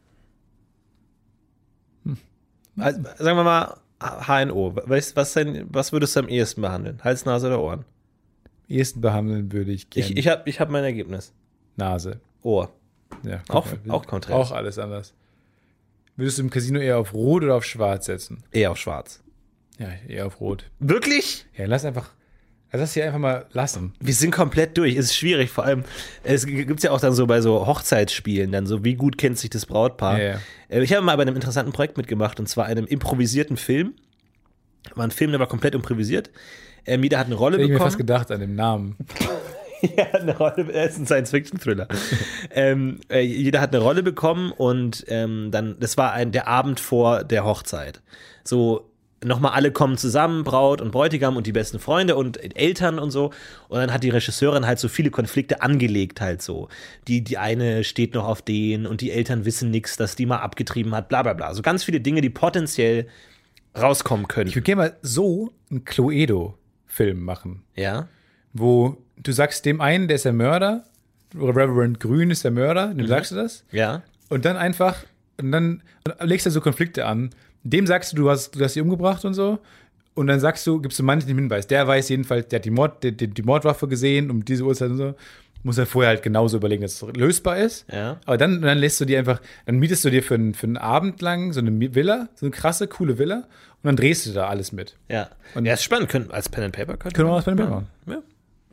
Also, sagen wir mal H N O. Weißt, was, denn, was würdest du am ehesten behandeln? Hals, Nase oder Ohren? Am ehesten behandeln würde ich gerne Ich, ich habe ich hab mein Ergebnis. Nase. Ohr. Ja, Auch- guck mal, auch konträr. Auch alles anders. Würdest du im Casino eher auf Rot oder auf Schwarz setzen? Eher auf schwarz. Ja, eher auf Rot. Wirklich? Ja, lass einfach, lass das hier einfach mal lassen. Wir sind komplett durch. Es ist schwierig. Vor allem, es gibt ja auch dann so bei so Hochzeitsspielen, dann so, wie gut kennt sich das Brautpaar. Ja, ja. Äh, Ich habe mal bei einem interessanten Projekt mitgemacht, und zwar einem improvisierten Film. War ein Film, der war komplett improvisiert. Ähm, jeder hat eine Rolle Hätte ich mir bekommen. fast gedacht an dem Namen. Ja, eine Rolle, er ist ein Science-Fiction-Thriller. ähm, äh, jeder hat eine Rolle bekommen und ähm, dann, das war ein, der Abend vor der Hochzeit. So, nochmal alle kommen zusammen, Braut und Bräutigam und die besten Freunde und Eltern und so. Und dann hat die Regisseurin halt so viele Konflikte angelegt halt so. Die, die eine steht noch auf den und die Eltern wissen nichts, dass die mal abgetrieben hat, bla bla bla. So ganz viele Dinge, die potenziell rauskommen können. Ich würde gerne mal so einen Cluedo-Film machen, Ja? wo du sagst dem einen, der ist der Mörder, Reverend Grün ist der Mörder, dem sagst du das, Ja? und dann einfach, und dann legst du so Konflikte an, dem sagst du, du hast, du hast sie umgebracht und so, und dann sagst du, gibst du manchen den Hinweis, der weiß jedenfalls, der hat die, Mord, die, die, die Mordwaffe gesehen, um diese Uhrzeit und so, muss er vorher halt genauso überlegen, dass es lösbar ist. Ja. Aber dann, dann lässt du dir einfach, dann mietest du dir für einen, für einen Abend lang so eine Villa, so eine krasse, coole Villa, und dann drehst du da alles mit. Ja. Und- ja, ist spannend. Können, als Pen and Paper könnte Können wir man- was bei dem Bild machen. Ja.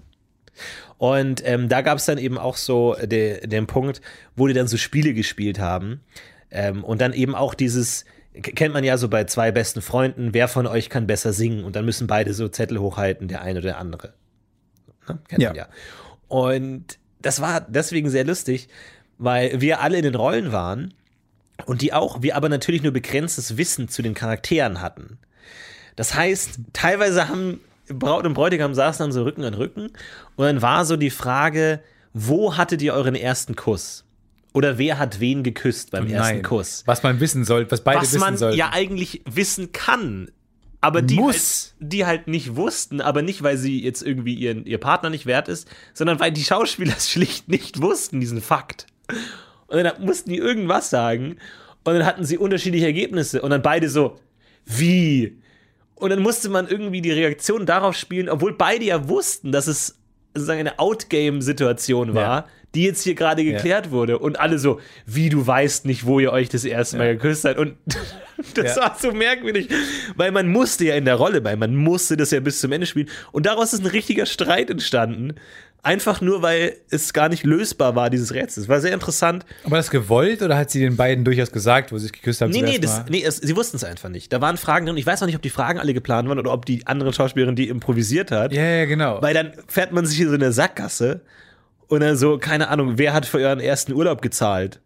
Und ähm, da gab es dann eben auch so de, den Punkt, wo die dann so Spiele gespielt haben. Ähm, und dann eben auch dieses, k- kennt man ja so bei zwei besten Freunden, wer von euch kann besser singen? Und dann müssen beide so Zettel hochhalten, der eine oder der andere. Ne? Kennt man Ja. ja. Und das war deswegen sehr lustig, weil wir alle in den Rollen waren. Und die auch, wir aber natürlich nur begrenztes Wissen zu den Charakteren hatten. Das heißt, teilweise haben Braut und Bräutigam saßen dann so Rücken an Rücken und dann war so die Frage, wo hattet ihr euren ersten Kuss? Oder wer hat wen geküsst beim Nein. ersten Kuss? Was man wissen sollte, was beide Was wissen man sollten. ja eigentlich wissen kann. Aber die Muss. halt, die halt nicht wussten, aber nicht, weil sie jetzt irgendwie ihren, ihr Partner nicht wert ist, sondern weil die Schauspieler es schlicht nicht wussten, diesen Fakt. Und dann mussten die irgendwas sagen und dann hatten sie unterschiedliche Ergebnisse und dann beide so, wie? Und dann musste man irgendwie die Reaktion darauf spielen, obwohl beide ja wussten, dass es sozusagen eine Outgame-Situation war, Ja. die jetzt hier gerade geklärt ja. wurde. Und alle so, wie, du weißt nicht, wo ihr euch das erste Mal ja. geküsst habt. Und das ja. war so merkwürdig, weil man musste ja in der Rolle bleiben, man musste das ja bis zum Ende spielen. Und daraus ist ein richtiger Streit entstanden. Einfach nur, weil es gar nicht lösbar war, dieses Rätsel. Es war sehr interessant. Aber das gewollt oder hat sie den beiden durchaus gesagt, wo sie sich geküsst haben? Nee, zum nee, ersten das, Mal? nee es, sie wussten es einfach nicht. Da waren Fragen drin. Ich weiß auch nicht, ob die Fragen alle geplant waren oder ob die andere Schauspielerin die improvisiert hat. Ja, ja, genau. Weil dann fährt man sich hier so in eine Sackgasse und dann so, keine Ahnung, wer hat für euren ersten Urlaub gezahlt?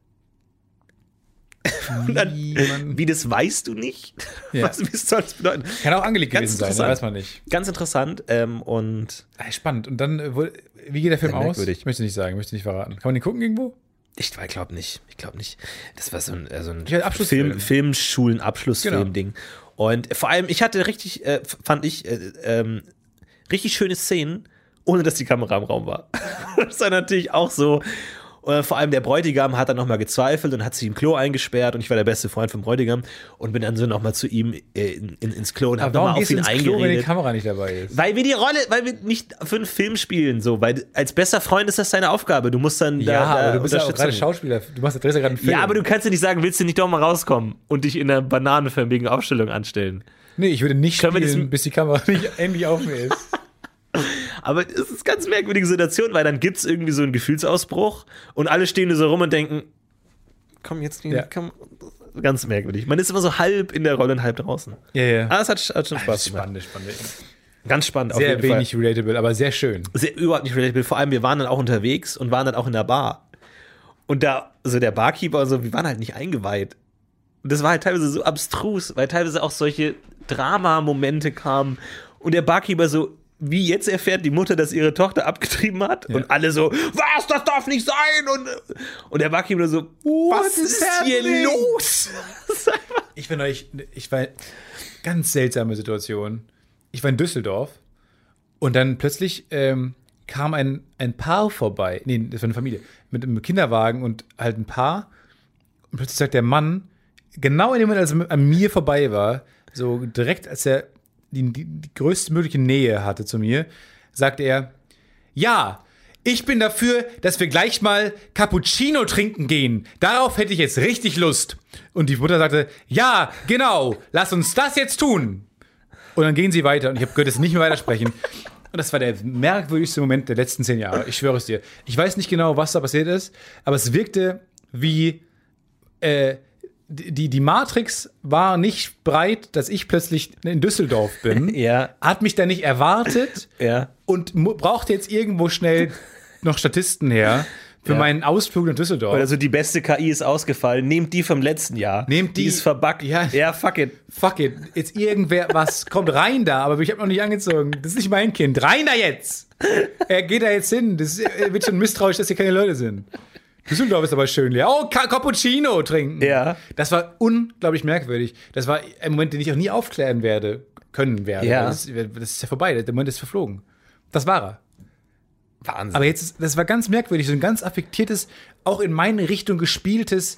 Und dann, wie, das weißt du nicht? Ja. Was, wie soll das bedeuten? Kann auch angelegt Ganz gewesen sein, interessant. weiß man nicht. Ganz interessant ähm, und Ah, spannend. Und dann, äh, wo, wie geht der Film Sehr aus? merkwürdig. Ich möchte nicht sagen, möchte nicht verraten. Kann man den gucken irgendwo? ich glaube nicht. Ich glaube nicht. Das war so ein, äh, so ein Ja, Abschlussfilm. Film, Filmschulen-Abschlussfilm-Ding. Und vor allem, ich hatte richtig, äh, fand ich, äh, ähm, richtig schöne Szenen, ohne dass die Kamera im Raum war. Das war natürlich auch so. Und vor allem der Bräutigam hat dann nochmal gezweifelt und hat sich im Klo eingesperrt und ich war der beste Freund vom Bräutigam und bin dann so nochmal zu ihm äh, in, in, ins Klo und habe nochmal auf ihn ins Klo, wenn die eingeredet. Kamera nicht dabei ist? Weil wir die Rolle, weil wir nicht für einen Film spielen, so, weil als bester Freund ist das deine Aufgabe. Du musst dann da, Ja, da aber du bist ja auch Unterstützung- gerade Schauspieler. Du machst drehst ja gerade einen Film. Ja, aber du kannst ja nicht sagen, willst du nicht doch mal rauskommen und dich in einer bananenförmigen Aufstellung anstellen. Nee, ich würde nicht Können wir spielen, das- bis die Kamera nicht endlich auf mir ist. Aber es ist eine ganz merkwürdige Situation, weil dann gibt es irgendwie so einen Gefühlsausbruch und alle stehen nur so rum und denken, komm jetzt, Ja. komm. Ganz merkwürdig. Man ist immer so halb in der Rolle und halb draußen. Ja, ja. Aber es hat, hat schon Das Spaß ist gemacht. spannend, spannend. Ganz spannend. Sehr auf jeden wenig relatable, aber sehr schön. Fall. Sehr, überhaupt nicht relatable. Vor allem, wir waren dann auch unterwegs und waren dann auch in der Bar. Und da, so der Barkeeper und so, wir waren halt nicht eingeweiht. Und das war halt teilweise so abstrus, weil teilweise auch solche Drama-Momente kamen. Und der Barkeeper so, wie jetzt erfährt die Mutter, dass ihre Tochter abgetrieben hat. Ja. Und alle so, was, das darf nicht sein. Und, und der Barkeeper so, was is ist hier happening? los? Das ist einfach- Ich war neulich, ich war, ganz seltsame Situation. Ich war in Düsseldorf und dann plötzlich ähm, kam ein, ein Paar vorbei. Nee, das war eine Familie. Mit einem Kinderwagen und halt ein Paar. Und plötzlich sagt der Mann, genau in dem Moment, als er an mir vorbei war, so direkt als er die, die, die größtmögliche Nähe hatte zu mir, sagt er, ja, ich bin dafür, dass wir gleich mal Cappuccino trinken gehen. Darauf hätte ich jetzt richtig Lust. Und die Mutter sagte, ja, genau, lass uns das jetzt tun. Und dann gehen sie weiter und ich habe gehört, dass sie nicht mehr weitersprechen. Und das war der merkwürdigste Moment der letzten zehn Jahre. Ich schwöre es dir. Ich weiß nicht genau, was da passiert ist, aber es wirkte wie äh, die, die Matrix war nicht breit, dass ich plötzlich in Düsseldorf bin. Ja. Hat mich da nicht erwartet Ja. und mu- brauchte jetzt irgendwo schnell noch Statisten her für Ja. meinen Ausflug nach Düsseldorf. Also die beste K I ist ausgefallen. Nehmt die vom letzten Jahr. Nehmt die- Die ist verbuggt. Ja. ja, fuck it. Fuck it, jetzt irgendwer, was kommt rein da, aber ich habe noch nicht angezogen. Das ist nicht mein Kind. Rein da jetzt! Er geht da jetzt hin. Das ist, er wird schon misstrauisch, dass hier keine Leute sind. Düsseldorf ist aber schön leer. Oh, Ca- Cappuccino trinken. Ja. Das war unglaublich merkwürdig. Das war ein Moment, den ich auch nie aufklären werde, können werde. Ja. Das, ist- das ist ja vorbei. Der Moment ist verflogen. Das war er. Wahnsinn. Aber jetzt, ist, das war ganz merkwürdig, so ein ganz affektiertes, auch in meine Richtung gespieltes.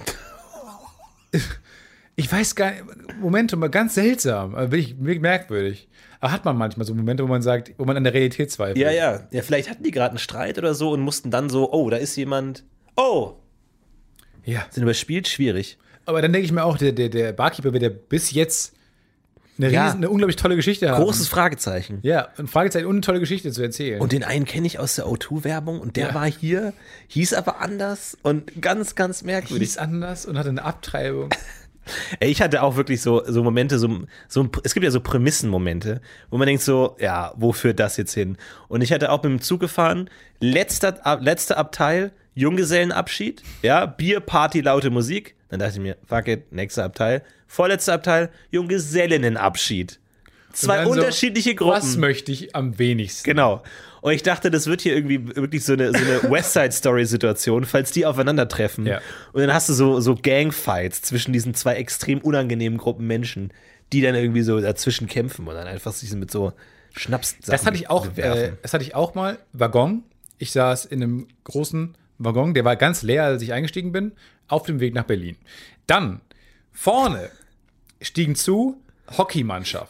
Ich weiß gar nicht, Momente, mal ganz seltsam, aber wirklich, wirklich merkwürdig. Aber hat man manchmal so Momente, wo man sagt, wo man an der Realität zweifelt. Ja, ja. Ja, vielleicht hatten die gerade einen Streit oder so und mussten dann so, oh, da ist jemand. Oh! Ja. Sind überspielt? Schwierig. Aber dann denke ich mir auch, der, der, der Barkeeper wird ja bis jetzt eine, Ja. riesen, eine unglaublich tolle Geschichte haben. Großes Fragezeichen. Ja, ein Fragezeichen und eine tolle Geschichte zu erzählen. Und den einen kenne ich aus der O zwei Werbung und der Ja. war hier, hieß aber anders und ganz, ganz merkwürdig. hieß anders und hatte eine Abtreibung. Ey, ich hatte auch wirklich so, so Momente, so, so, es gibt ja so Prämissenmomente, wo man denkt so, ja, wo führt das jetzt hin? Und ich hatte auch mit dem Zug gefahren, letzter, ab- letzter Abteil, Junggesellenabschied, ja, Bier, Party, laute Musik. Dann dachte ich mir, fuck it, nächster Abteil. Vorletzter Abteil, Junggesellinnenabschied. Zwei Und dann unterschiedliche so, Gruppen. Was möchte ich am wenigsten? Genau. Und ich dachte, das wird hier irgendwie wirklich so eine, so eine West Side Story-Situation, falls die aufeinandertreffen. Ja. Und dann hast du so, so Gangfights zwischen diesen zwei extrem unangenehmen Gruppen Menschen, die dann irgendwie so dazwischen kämpfen und dann einfach sich mit so Schnaps Das hatte ich auch, äh, das hatte ich auch mal. Waggon. Ich saß in einem großen Waggon, der war ganz leer, als ich eingestiegen bin, auf dem Weg nach Berlin. Dann vorne stiegen zu Hockeymannschaft.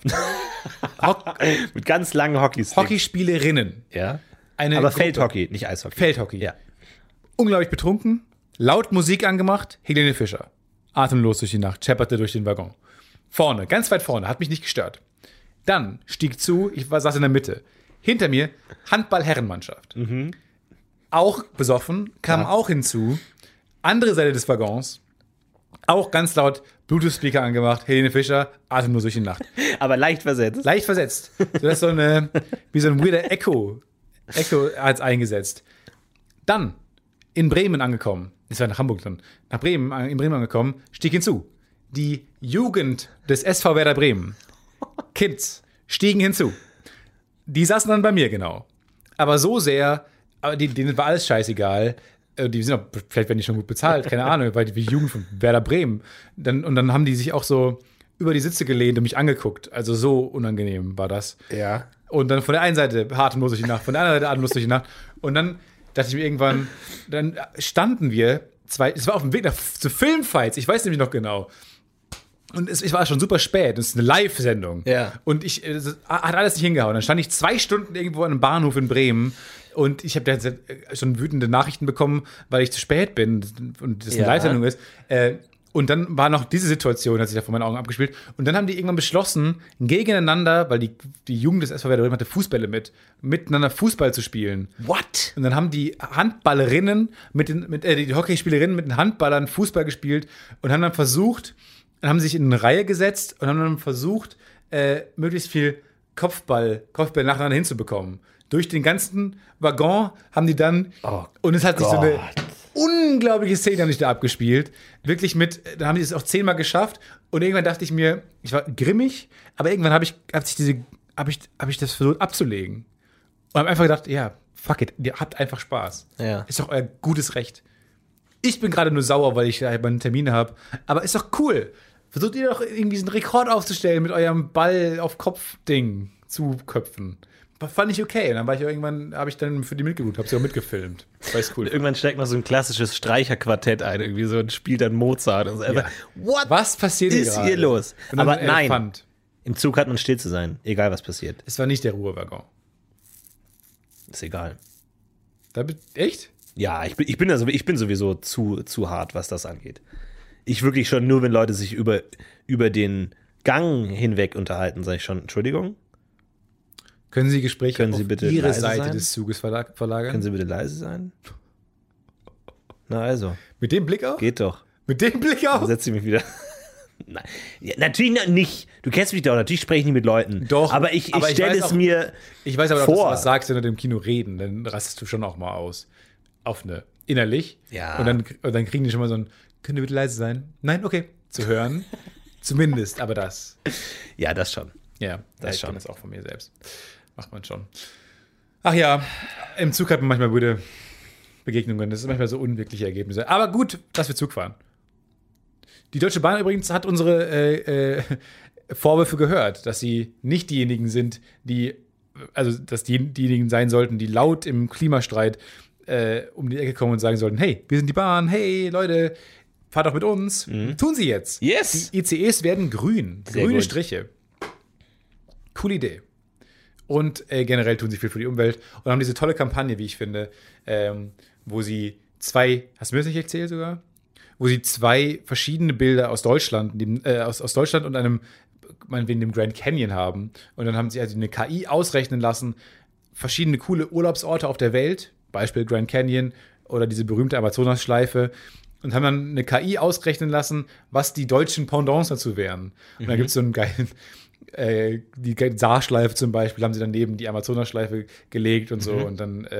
Hock- mit ganz langen Hockeysticks. Hockeyspielerinnen. Ja. Eine Aber Gruppe- Feldhockey, nicht Eishockey. Feldhockey. Ja. Unglaublich betrunken, laut Musik angemacht, Helene Fischer. Atemlos durch die Nacht, schepperte durch den Waggon. Vorne, ganz weit vorne, hat mich nicht gestört. Dann stieg zu, ich war, saß in der Mitte. Hinter mir Handball-Herrenmannschaft. Mhm. Auch besoffen, kam Ja. auch hinzu. Andere Seite des Waggons, auch ganz laut Bluetooth-Speaker angemacht, Helene Fischer, atemlos durch die Nacht. Aber leicht versetzt. Leicht versetzt. So, das ist so eine, wie so ein weirder Echo. Echo hat es eingesetzt. Dann in Bremen angekommen. Das war nach Hamburg dann. Nach Bremen, in Bremen angekommen, stieg hinzu. Die Jugend des S V Werder Bremen. Kids stiegen hinzu. Die saßen dann bei mir, genau. Aber so sehr, aber die, denen war alles scheißegal. Äh, Die sind auch, vielleicht werden die schon gut bezahlt, keine Ahnung, weil die Jugend von Werder Bremen. Dann, und dann haben die sich auch so über die Sitze gelehnt und mich angeguckt. Also so unangenehm war das. Ja. Und dann von der einen Seite atemlos durch die Nacht, von der anderen Seite atemlos durch die Nacht. Und dann dachte ich mir irgendwann, dann standen wir zwei, es war auf dem Weg nach, zu Filmfights, ich weiß nämlich noch genau. Und es, es war schon super spät, es ist eine Live-Sendung. Ja. Und ich, es hat alles nicht hingehauen. Dann stand ich zwei Stunden irgendwo an einem Bahnhof in Bremen und ich habe da schon wütende Nachrichten bekommen, weil ich zu spät bin und das eine Ja. Live-Sendung ist. Äh, Und dann war noch diese Situation, hat sich da vor meinen Augen abgespielt. Und dann haben die irgendwann beschlossen, gegeneinander, weil die, die Jugend des S V Werder Bremen hatte Fußbälle mit, miteinander Fußball zu spielen. What? Und dann haben die Handballerinnen mit den, mit, äh, die Hockeyspielerinnen mit den Handballern Fußball gespielt und haben dann versucht, dann haben sie sich in eine Reihe gesetzt und haben dann versucht, äh, möglichst viel Kopfball, Kopfball nacheinander hinzubekommen. Durch den ganzen Waggon haben die dann, Oh und es hat sich so eine Gott. unglaubliche Szene haben sich da abgespielt. Wirklich mit, da haben die es auch zehnmal geschafft. Und irgendwann dachte ich mir, ich war grimmig, aber irgendwann habe ich, hab sich diese, habe ich, hab ich das versucht abzulegen. Und habe einfach gedacht, ja, fuck it, ihr habt einfach Spaß. Ja. Ist doch euer gutes Recht. Ich bin gerade nur sauer, weil ich da meine Termine habe. Aber ist doch cool. Versucht ihr doch irgendwie diesen Rekord aufzustellen mit eurem Ball auf Kopf-Ding zu köpfen. Fand ich okay. Und dann war ich irgendwann, habe ich dann für die mitgeguckt, habe sie auch mitgefilmt. War ist cool. Irgendwann steigt noch so ein klassisches Streicherquartett ein, irgendwie so und spielt dann Mozart. Und so. Ja. What Was passiert hier ist gerade? hier los? Und dann Aber ein nein, Elefant. im Zug hat man still zu sein, egal was passiert. Es war nicht der Ruhewaggon. Ist egal. Da, bi- echt? Ja, ich bin, ich bin, also, ich bin sowieso zu, zu hart, was das angeht. Ich wirklich schon nur, wenn Leute sich über, über den Gang hinweg unterhalten, sage ich schon, Entschuldigung, Können Sie Gespräche Können Sie auf bitte Ihre leise Seite sein? des Zuges verlag verlagern? können Sie bitte leise sein? Na also, Mit dem Blick auch? geht doch. Mit dem Blick auch? Setz sie mich wieder. Nein, ja, natürlich nicht. Du kennst mich doch, natürlich spreche ich nicht mit Leuten. Doch, Aber ich, ich aber ich stelle weiß es auch- mir Ich weiß aber, dass du vor. was sagst, wenn du im Kino reden, dann rastest du schon auch mal aus. Auf eine. Innerlich. Ja. Und dann, und dann kriegen die schon mal so ein, können Sie bitte leise sein? Nein, okay. Zu hören. Zumindest, aber das. Ja, das schon. Ja, Das ich schon. kenn das auch von mir selbst. Macht man schon. Ach ja, im Zug hat man manchmal gute Begegnungen. Das sind manchmal so unwirkliche Ergebnisse. Aber gut, dass wir Zug fahren. Die Deutsche Bahn übrigens hat unsere äh, äh, Vorwürfe gehört, dass sie nicht diejenigen sind, die, also dass die diejenigen sein sollten, die laut im Klimastreit äh, um die Ecke kommen und sagen sollten, hey, wir sind die Bahn, hey Leute, fahrt doch mit uns. Tun sie jetzt. Yes. Die I C Es werden grün. Sehr Grüne gut. Striche. Coole Idee. Und äh, generell tun sie viel für die Umwelt und haben diese tolle Kampagne, wie ich finde, ähm, wo sie zwei, hast du mir das nicht erzählt sogar? Wo sie zwei verschiedene Bilder aus Deutschland, dem, äh, aus, aus Deutschland und einem, meinetwegen dem Grand Canyon haben. Und dann haben sie also eine K I ausrechnen lassen, verschiedene coole Urlaubsorte auf der Welt, Beispiel Grand Canyon oder diese berühmte Amazonas-Schleife, und haben dann eine K I ausrechnen lassen, was die deutschen Pendants dazu wären. Und dann gibt es so einen geilen, äh, die Saarschleife zum Beispiel, haben sie dann neben die Amazonas-Schleife gelegt und so. Und dann äh,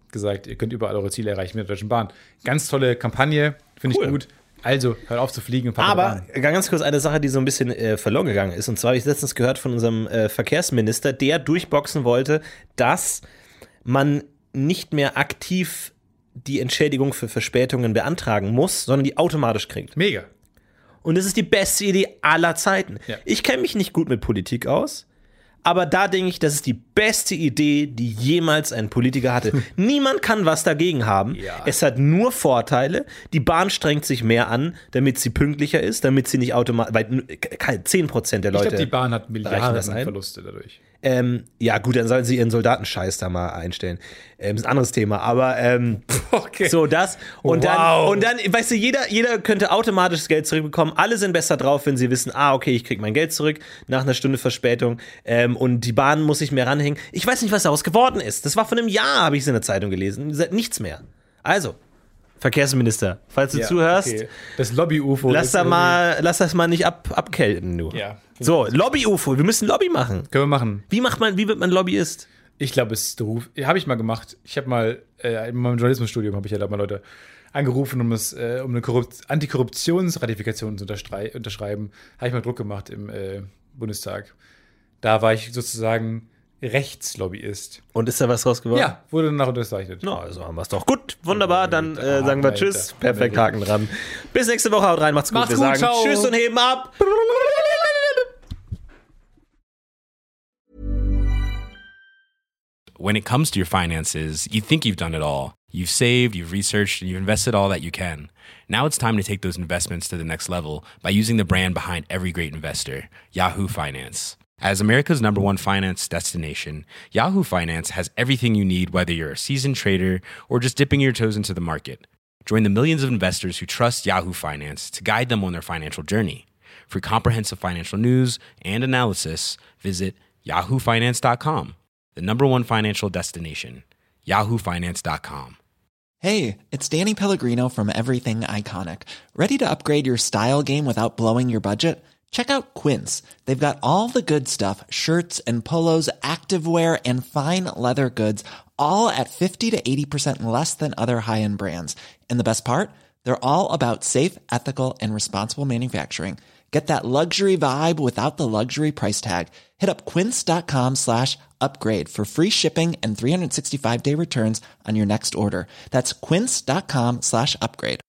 gesagt, ihr könnt überall eure Ziele erreichen mit der Deutschen Bahn. Ganz tolle Kampagne, finde Cool. ich gut. Also, hört auf zu fliegen und fahrt Aber Bahn. ganz kurz eine Sache, die so ein bisschen äh, verloren gegangen ist. Und zwar habe ich letztens gehört von unserem äh, Verkehrsminister, der durchboxen wollte, dass man nicht mehr aktiv die Entschädigung für Verspätungen beantragen muss, sondern die automatisch kriegt. Mega. Und das ist die beste Idee aller Zeiten. Ja. Ich kenne mich nicht gut mit Politik aus, aber da denke ich, das ist die beste Idee, die jemals ein Politiker hatte. Niemand kann was dagegen haben. Ja. Es hat nur Vorteile. Die Bahn strengt sich mehr an, damit sie pünktlicher ist, damit sie nicht automatisch, weil zehn Prozent der Ich Leute glaube, die Bahn hat reichen Milliarden das ein. Verluste dadurch. Ähm, ja gut, dann sollen sie ihren Soldatenscheiß da mal einstellen. Ähm, ist ein anderes Thema, aber ähm, Okay. so das. Und, Wow. dann, und dann, weißt du, jeder, jeder könnte automatisch das Geld zurückbekommen. Alle sind besser drauf, wenn sie wissen, ah, okay, ich krieg mein Geld zurück nach einer Stunde Verspätung. Ähm, und die Bahn muss sich mehr ranhängen. Ich weiß nicht, was daraus geworden ist. Das war vor einem Jahr, habe ich es in der Zeitung gelesen. Nichts mehr. Also, Verkehrsminister, falls du Ja, zuhörst, okay. Das Lobby-U F O. lass, ist da irgendwie- mal, lass das mal nicht ab, abkelten, du. Ja. So, Lobby-U F O, wir müssen Lobby machen. Können wir machen. Wie macht man, wie wird man Lobbyist? Ich glaube, es ist der Ruf. Habe ich mal gemacht. Ich habe mal, äh, in meinem Journalismusstudium habe ich ja da mal Leute angerufen, um, das, äh, um eine Korrupt- Antikorruptionsratifikation zu unterstrei- unterschreiben. Habe ich mal Druck gemacht im äh, Bundestag. Da war ich sozusagen Rechtslobbyist. Und ist da was raus geworden? Ja, wurde danach unterzeichnet. Na, also haben wir es doch. Gut, wunderbar. Dann äh, Haken sagen wir dahinter. Tschüss. Perfekt, Haken dran. Bis nächste Woche. Haut rein, macht's gut. Macht's wir gut, sagen ciao. Tschüss und heben ab. When it comes to your finances, you think you've done it all. You've saved, you've researched, and you've invested all that you can. Now it's time to take those investments to the next level by using the brand behind every great investor, Yahoo Finance. As America's number one finance destination, Yahoo Finance has everything you need, whether you're a seasoned trader or just dipping your toes into the market. Join the millions of investors who trust Yahoo Finance to guide them on their financial journey. For comprehensive financial news and analysis, visit yahoo finance dot com. The number one financial destination, yahoo finance dot com. Hey, it's Danny Pellegrino from Everything Iconic. Ready to upgrade your style game without blowing your budget? Check out Quince. They've got all the good stuff, shirts and polos, activewear, and fine leather goods, all at fifty to eighty percent less than other high-end brands. And the best part? They're all about safe, ethical, and responsible manufacturing. Get that luxury vibe without the luxury price tag. Hit up quince.com slash upgrade for free shipping and three sixty-five day returns on your next order. That's quince.com slash upgrade.